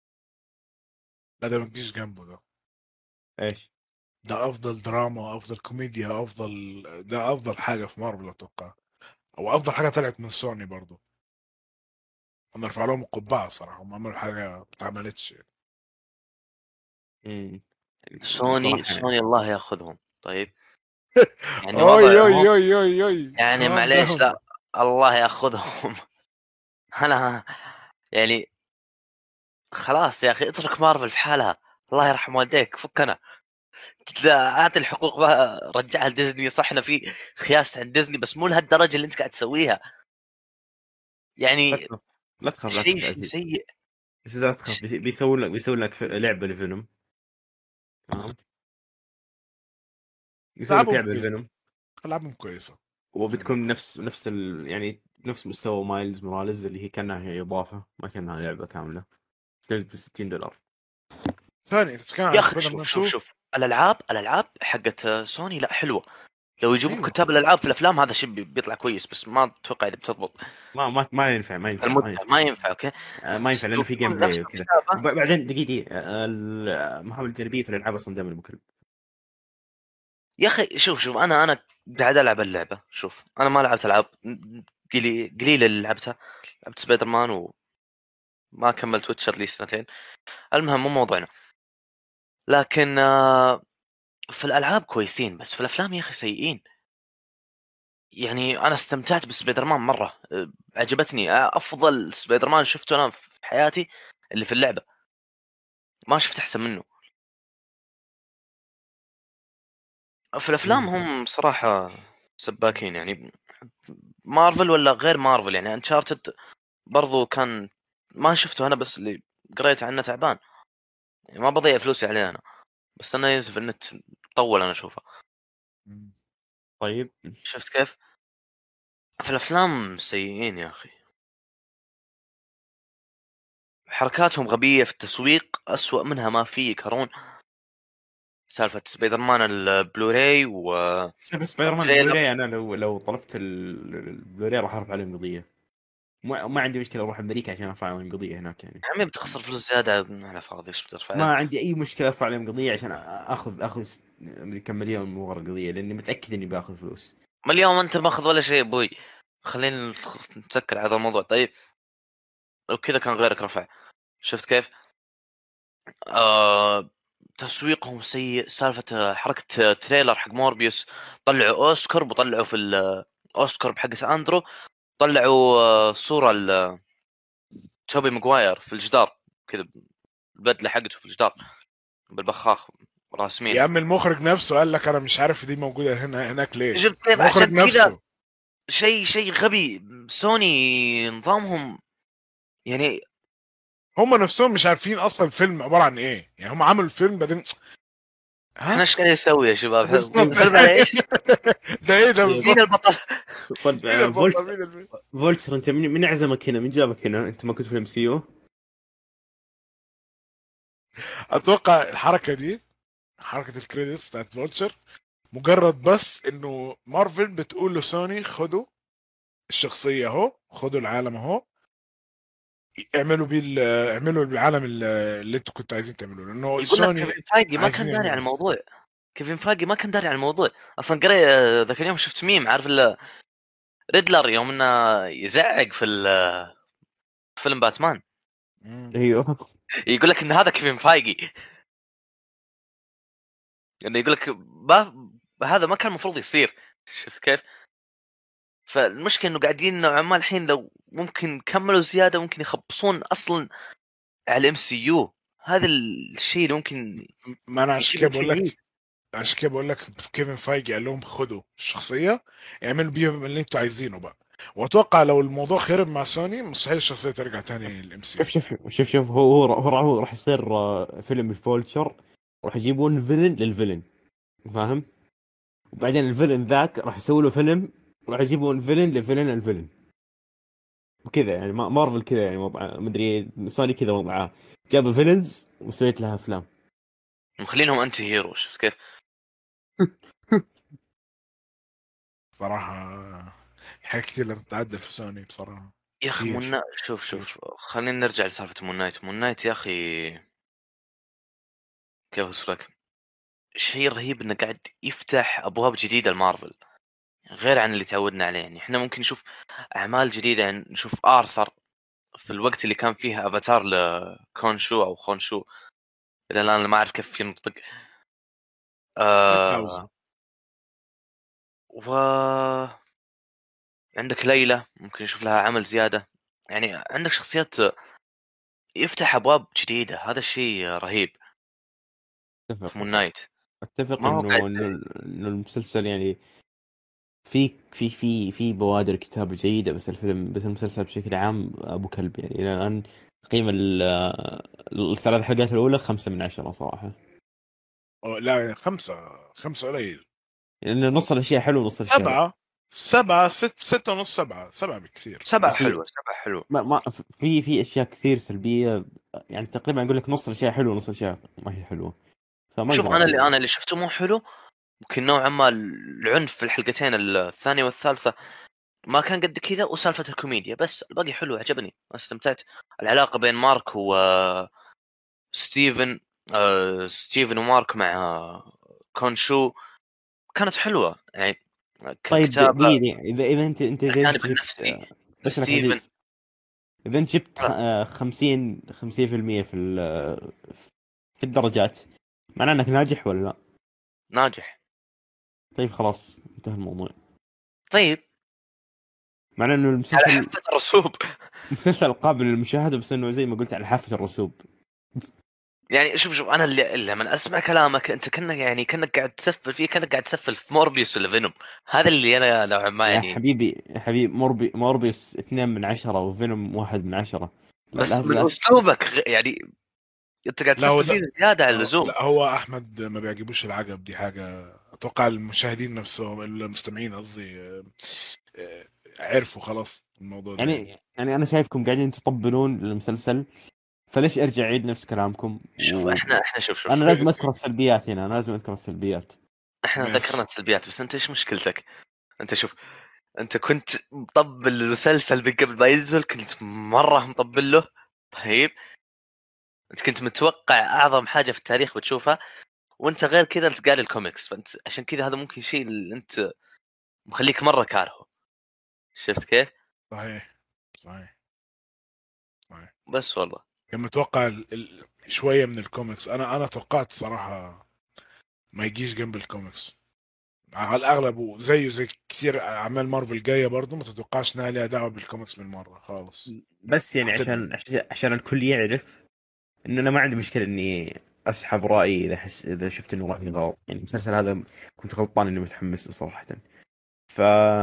لا ده ما تجيش جنبه ده. ايش؟ ده افضل دراما، افضل كوميديا، افضل، ده افضل حاجه في مارفل اتوقع، او افضل حاجه طلعت من سوني برضو. انا ارفع لهم القبعه صراحه، هم عملوا حاجه ما اتعملتش يعني. امم سوني صراحة يعني. سوني الله ياخذهم. طيب يعني اوي اوي وضعهم اوي اوي اوي يعني كام معليش، داون. لا الله ياخذهم. انا يعني خلاص يا اخي اترك مارفل في حالها، الله يرحم والديك فكنا. اعطي الحقوق بقى رجعها لديزني. صح احنا في خياس عند ديزني بس مو لهالدرجه اللي انت قاعد تسويها لا يعني. تخاف لا تخاف لا شيء تخاف يا شيء عزيز. سيء. عزيز لا تخاف، بيس- بيسوي لك بيسوي لك ف- لعبة لفينوم. تمام، بيسوي لك العابهم لعبة كويسه، لفينوم العابهم كويسه يعني. وبتكون نفس نفس ال... يعني نفس مستوى مايلز موراليز اللي هي كانها هي اضافة ما كانها لعبة كاملة. تنزل ب ستين دولار. ثاني انت بتتكلم يا عن اخي سبايدر مان شوف شوف تو؟ شوف الالعاب الالعاب حقت سوني لا حلوه. لو يجيبوا ايوه كتاب الالعاب في الافلام هذا شيء بي- بيطلع كويس، بس ما اتوقع اذا بتضبط ما ما ما ينفع ما ينفع ما المده ينفع ما ينفع. اوكي آه، ما بس ينفع لو لانه في جيم يكون نفس بلاي وكذا. الكتابه. وبعدين دقيقة آه، المحاولة الجانبية في الالعاب اصلا دائما مكلف. يا اخي شوف شوف انا انا قاعد العب اللعبه. شوف انا ما لعبت العاب قليل قليل اللي لعبتها. لعبت سبايدر مان وما كملت ويتشر لي سنتين. المهم مو موضوعنا. لكن آه، في الالعاب كويسين بس في الافلام يا اخي سيئين. يعني انا استمتعت بسبايدر مان مره. آه، عجبتني. آه، افضل سبايدر مان شفته انا في حياتي اللي في اللعبه. ما شفت احسن منه. في الافلام مم. هم صراحه سباكين يعني. مارفل ولا غير مارفل يعني انشارتد برضو كان ما شفته انا بس اللي قريت عنه تعبان. يعني ما بضيع فلوسي عليه انا، بس انا ينزل في النت طول انا اشوفه. طيب شفت كيف؟ في الافلام سيئين يا اخي. حركاتهم غبيه في التسويق اسوأ منها ما في يكرون. سالفه سبايدر مان البلوراي و بس سبايدر مان تريلر. البلوراي انا لو لو طلبت ال- البلوراي راح ارفع عليهم قضيه. ما, ما عندي مشكله اروح امريكا عشان ارفع عليهم قضيه هناك يعني. يا عمي بتخسر فلوس زياده على فاضي. ايش بترفع؟ ما عندي اي مشكله ارفع عليهم قضيه عشان اخذ اخذ س- كم مليون من ورا القضيه لاني متاكد اني باخذ فلوس. ما اليوم انت ماخذ ولا شيء ابوي. خلينا نتسكر على هذا الموضوع. طيب لو كذا كان غيرك رفع. شفت كيف؟ آه... تسويقهم سيء. سالفه حركه تريلر حق موربيوس طلعوا اوسكار وطلعوا في الاوسكار بحقة اندرو. طلعوا آه، صوره ل توبي ماجواير في الجدار كذا، البدله حقته في الجدار بالبخاخ يا راسمينها. عم المخرج نفسه قال لك انا مش عارف دي موجوده هنا هناك ليه. شفت كيف؟ المخرج عشان كذا نفسه. شيء شيء غبي. سوني نظامهم يعني. هم نفسهم مش عارفين اصلا الفيلم عباره عن ايه يعني. هم عملوا الفيلم بعدين احنا ها. ايش قاعدين نسوي يا شباب؟ بالظبط. الفيلم على ايش؟ ده ايه ده طيب مين بالظبط. البطل؟ طيب مين آه، البطل؟ فولت مين البطل؟ فولتر انت من من عزمك هنا؟ من جابك هنا؟ انت ما كنت في الام سي يو؟ اتوقع الحركه دي، حركه الكريدتس بتاعت فولتشر، مجرد بس انه مارفل بتقول لسوني خدوا الشخصيه اهو، خدوا العالم اهو، اعملوا بيه ال- اعملوا العالم ال- اللي انتوا كنتوا عايزين تعملوه، لانه يقول لك سوني كيفن فايجي ما عايزين كان داري عن يعملوا. الموضوع. كيفن فايجي ما كان داري عن الموضوع اصلا. قري آه، ذاك اليوم شفت ميم عارف ال- ريدلر يوم انه يزعق في ال- فيلم باتمان. مم. ايوه يقول لك ان هذا كيفن فايجي، يعني يقول لك ما هذا ما كان المفروض يصير. شفت كيف؟ فالمشكله انه قاعدين نوعا ما الحين لو ممكن كملوا زياده ممكن يخبصون اصلا على الام سي يو. هذا الشيء اللي ممكن ما انا عشان يجيب كده لك بقول شيء جديد. لك عشان كده بقول لك كيفن فايجي قال لهم خدوا الشخصيه اعملوا بيها اللي انتوا عايزينه بقى. واتوقع لو الموضوع خرب مع سوني مستحيل الشخصيه ترجع تاني للام سي شوف شوف شوف شوف هو هو هو راح هو راح يصير آه، فيلم الفولتشر، راح يجيبون فيلن للفيلن، فاهم؟ وبعدين الفيلن ذاك راح يسوي له فيلم، راح يجيبون فيلن لفيلن الفيلن، وكذا يعني ما- مارفل كذا يعني وضع مدري سوني كذا وضعها، جابوا فيلنز وسويت لها افلام. مخلينهم انتي هيرو. شفت كيف؟ صراحه. حاجات كتير لازم تتعدل في سوني بصراحه. يا اخي كتير مون شوف كتير. شوف خلينا نرجع لسالفه مون نايت. مون نايت يا اخي كيف اوصف لك، شيء رهيب انه قاعد يفتح ابواب جديده لمارفل غير عن اللي تعودنا عليه. يعني احنا ممكن نشوف اعمال جديده، يعني نشوف ارثر في الوقت اللي كان فيه افاتار لكونشو او خونشو، الى الان ما اعرف كيف ينطق. هاوس. آه و عندك ليلى ممكن نشوف لها عمل زياده. يعني عندك شخصيات يفتح ابواب جديده، هذا الشيء رهيب في مون اتفق نايت. اتفق ما هو قاعد. انه انه انه المسلسل يعني في في في في بوادر كتابة جيدة، بس الفيلم بس المسلسل بشكل عام ابو كلب يعني. الى الان تقييم ال- الثلاث حلقات الاولى خمسة من عشرة صراحة. أو لا، خمسة خمسة قليل. لان نص الاشياء حلو ونص الاشياء لا. سبعة سبعة ست ستة ونص سبعة سبعة بكثير. سبعة يا اخي حلوة، سبعة حلوة. ما ما في في اشياء كثير سلبية، يعني تقريبا اقول لك نص الاشياء حلوه ونص الاشياء ما هي حلوه، فما شوف اقدر انا اللي اقول. انا اللي شفته مو حلو، يمكن نوعا ما العنف في الحلقتين الثانية والثالثة ما كان قد كذا، وسالفة الكوميديا بس. الباقي حلو، عجبني، استمتعت. العلاقة بين مارك وستيفن، آه ستيفن ومارك مع كونشو كانت حلوة يعني طيب د- ككتابة. دقيقة، اذا اذا انت انت اذا انت الجانب جبت النفسي آه، اسمك لستيفن. عزيز، اذا انت جبت خ- آه، آه، خمسين خمسين في المية في ال- في الدرجات، معناه انك ناجح ولا لا؟ ناجح. طيب خلاص انتهى الموضوع. طيب معناه انه على المسلسل حافة الرسوب. مسلسل قابل للمشاهدة، بس انه زي ما قلت على حافة الرسوب. يعني شوف شوف انا اللي لما اسمع كلامك انت كانك يعني كانك قاعد تسفل فيه، كانك قاعد تسفل في موربيوس ولا فينوم. هذا اللي انا نوعا ما يا يعني. حبيبي يا حبيبي، موربي موربيوس اثنين من عشرة وفينوم واحد من عشرة. لا بس لا من لا. اسلوبك غ- يعني انت قاعد لا هو تسفل ده. فيه زياده عن هو- اللزوم. لا هو احمد ما بيعجبوش العجب، دي حاجه اتوقع المشاهدين نفسهم المستمعين قصدي آه، آه، عرفوا خلاص الموضوع ده يعني. يعني يعني انا شايفكم قاعدين تطبلون للمسلسل، فليش ارجع اعيد نفس كلامكم؟ شوف احنا احنا شوف وانا شوف لازم اذكر السلبيات هنا، انا لازم اذكر السلبيات. احنا ذكرنا ماشي. السلبيات، بس انت ايش مشكلتك؟ انت شوف، انت كنت مطبل المسلسل من قبل ما ينزل، كنت مره مطبل له. طيب انت كنت متوقع اعظم حاجه في التاريخ بتشوفها، وانت غير كذا انت قاري الكوميكس، فانت عشان كذا هذا ممكن شيء اللي انت مخليك مره كارهه. شفت كيف؟ صحيح صحيح صحيح. بس والله كان متوقع ال... ال... شويه من الكوميكس. انا انا توقعت صراحه ما يجيش جنب الكوميكس على الاغلب، وزيه زي كتير اعمال مارفل جايه برضه ما تتوقعش انها ليها دعوه بالكوميكس من مره خالص. بس يعني هتبعد. عشان عشان عشان الكل يعرف انه انا ما عندي مشكله اني اسحب رايي اذا حس اذا شفت انه رايي غلط. يعني المسلسل هذا كنت غلطان اني متحمس له صراحه. ف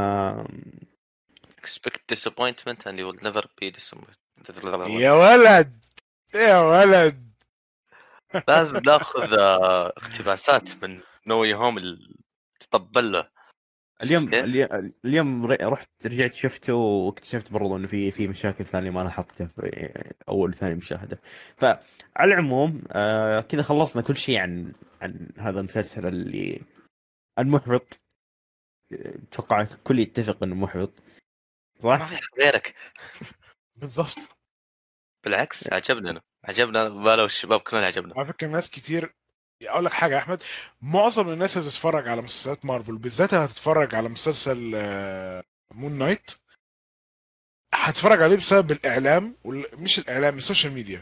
expect disappointment and you will never be disappointed. يا ولد يا ولد. لازم ناخذ آه، اقتباسات من نوي هوم اللي تطبل له. شفت اليوم كيف؟ اليوم اليوم ر- رحت رجعت شفته واكتشفت برضو انه في في مشاكل ثانيه ما لاحظتها في اول وثاني مشاهده. فعلى العموم آه كذا خلصنا كل شيء عن عن هذا المسلسل اللي المحبط. اتوقع الكل يتفق انه محبط، ما صح؟ في أحد غيرك. بالظبط. بالعكس عجبنا أنا. عجبنا بالا والشباب كلهم عجبنا. على فكره ناس كتير. اقول لك حاجه يا احمد، معظم الناس اللي بتتفرج على مسلسلات مارفل بالذات اللي هتتفرج على مسلسل مون نايت هتتفرج عليه بسبب الاعلام، وال- مش الاعلام، السوشيال ميديا.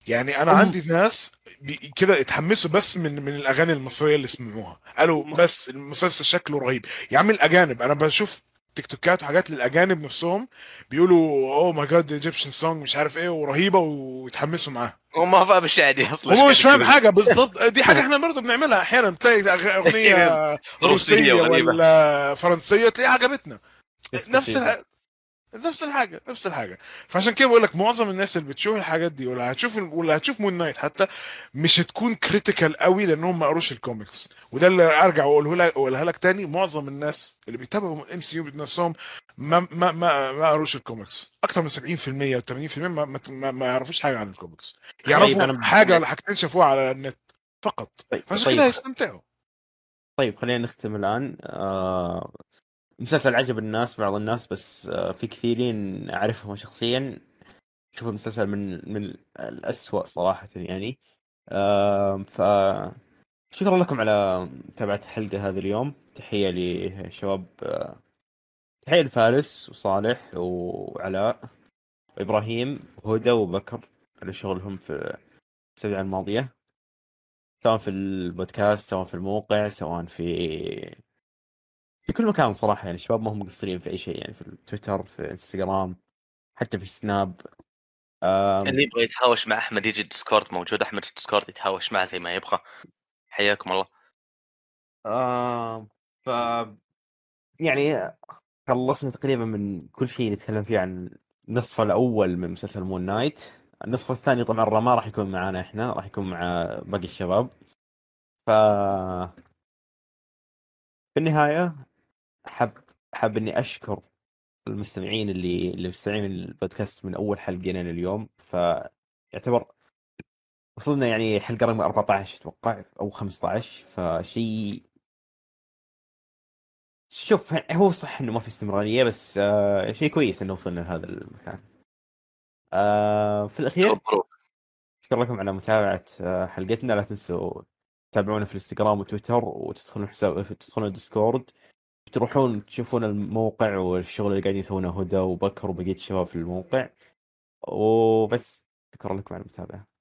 يعني انا هم عندي ناس بي- كده اتحمسوا بس من من الاغاني المصريه اللي سمعوها، قالوا هم بس المسلسل شكله رهيب. يا عم الاجانب انا بشوف تيك توكات وحاجات للاجانب نفسهم بيقولوا اوه ماي جاد ايجيبشن سونج مش عارف ايه ورهيبه ويتحمسوا معاها. هو ما فاهم ايش قاعد اصلا، ايش هو قاعد مش فاهم يقول. حاجه بالظبط. دي حاجه احنا برضه بنعملها احيانا، بتلاقي أغ- اغنيه روسيه روسيه وغريبه. ولا فرنسيه تلاقيها عجبتنا. نفس ديسباسيتو. الح... نفس الحاجه نفس الحاجه. فعشان كده بقول لك معظم الناس اللي بتشوف الحاجات دي ولا هتشوف ولا هتشوف مون نايت حتى مش هتكون كريتيكال قوي لانهم ما قروش الكوميكس. وده اللي ارجع واقوله لك واقولها لك تاني، معظم الناس اللي بيتابعوا الام سي يو بنفسهم ما ما ما ما قروش الكوميكس. اكتر من سبعين في المية و80% ما ما, ما, ما يعرفوش حاجه عن الكوميكس. طيب يعرفوا انا حاجه ولا حاجتين شافوها على النت فقط. طيب فعشان كده طيب هيستمتعوا. طيب خلينا نختم الان. آه... مسلسل عجب الناس، بعض الناس، بس آه في كثيرين اعرفهم شخصيا شوف المسلسل من من الأسوأ صراحة يعني. آه ف شكرا لكم على متابعة الحلقة هذا اليوم. تحية لشباب، تحية لفارس وصالح وعلاء وإبراهيم وهدى وبكر على شغلهم في السبعة الماضية، سواء في البودكاست سواء في الموقع سواء في في كل مكان صراحة. يعني الشباب ما هم مقصرين في أي شيء، يعني في التويتر في انستغرام حتى في السناب. آم، اللي يبغى يتهاوش مع احمد يجي الديسكورد، موجود احمد في الديسكورد يتهاوش معه زي ما يبغى. حياكم الله. آم، ف يعني خلصنا تقريبا من كل شيء نتكلم فيه عن النصف الأول من مسلسل مون نايت. النصف الثاني طبعا ما راح يكون معانا احنا، راح يكون مع باقي الشباب. ف في النهاية حب حاب اني اشكر المستمعين اللي اللي مستمعين البودكاست من اول حلقة لين اليوم. فيعتبر وصلنا يعني حلقة رقم أربعة عشر اتوقع او خمسة عشر، فشيء شوف هو صح انه ما في استمرارية، بس آه شيء كويس انه وصلنا لهذا المكان. آه في الاخير مبروك. شكرا لكم على متابعة آه، حلقتنا. لا تنسوا تتابعونا في الانستغرام وتويتر، وتدخلون حساب تدخلون الديسكورد، تروحون تشوفون الموقع والشغل اللي قاعدين يسوونه هدى وبكر وبقية الشباب في الموقع. وبس شكرا لكم على المتابعة.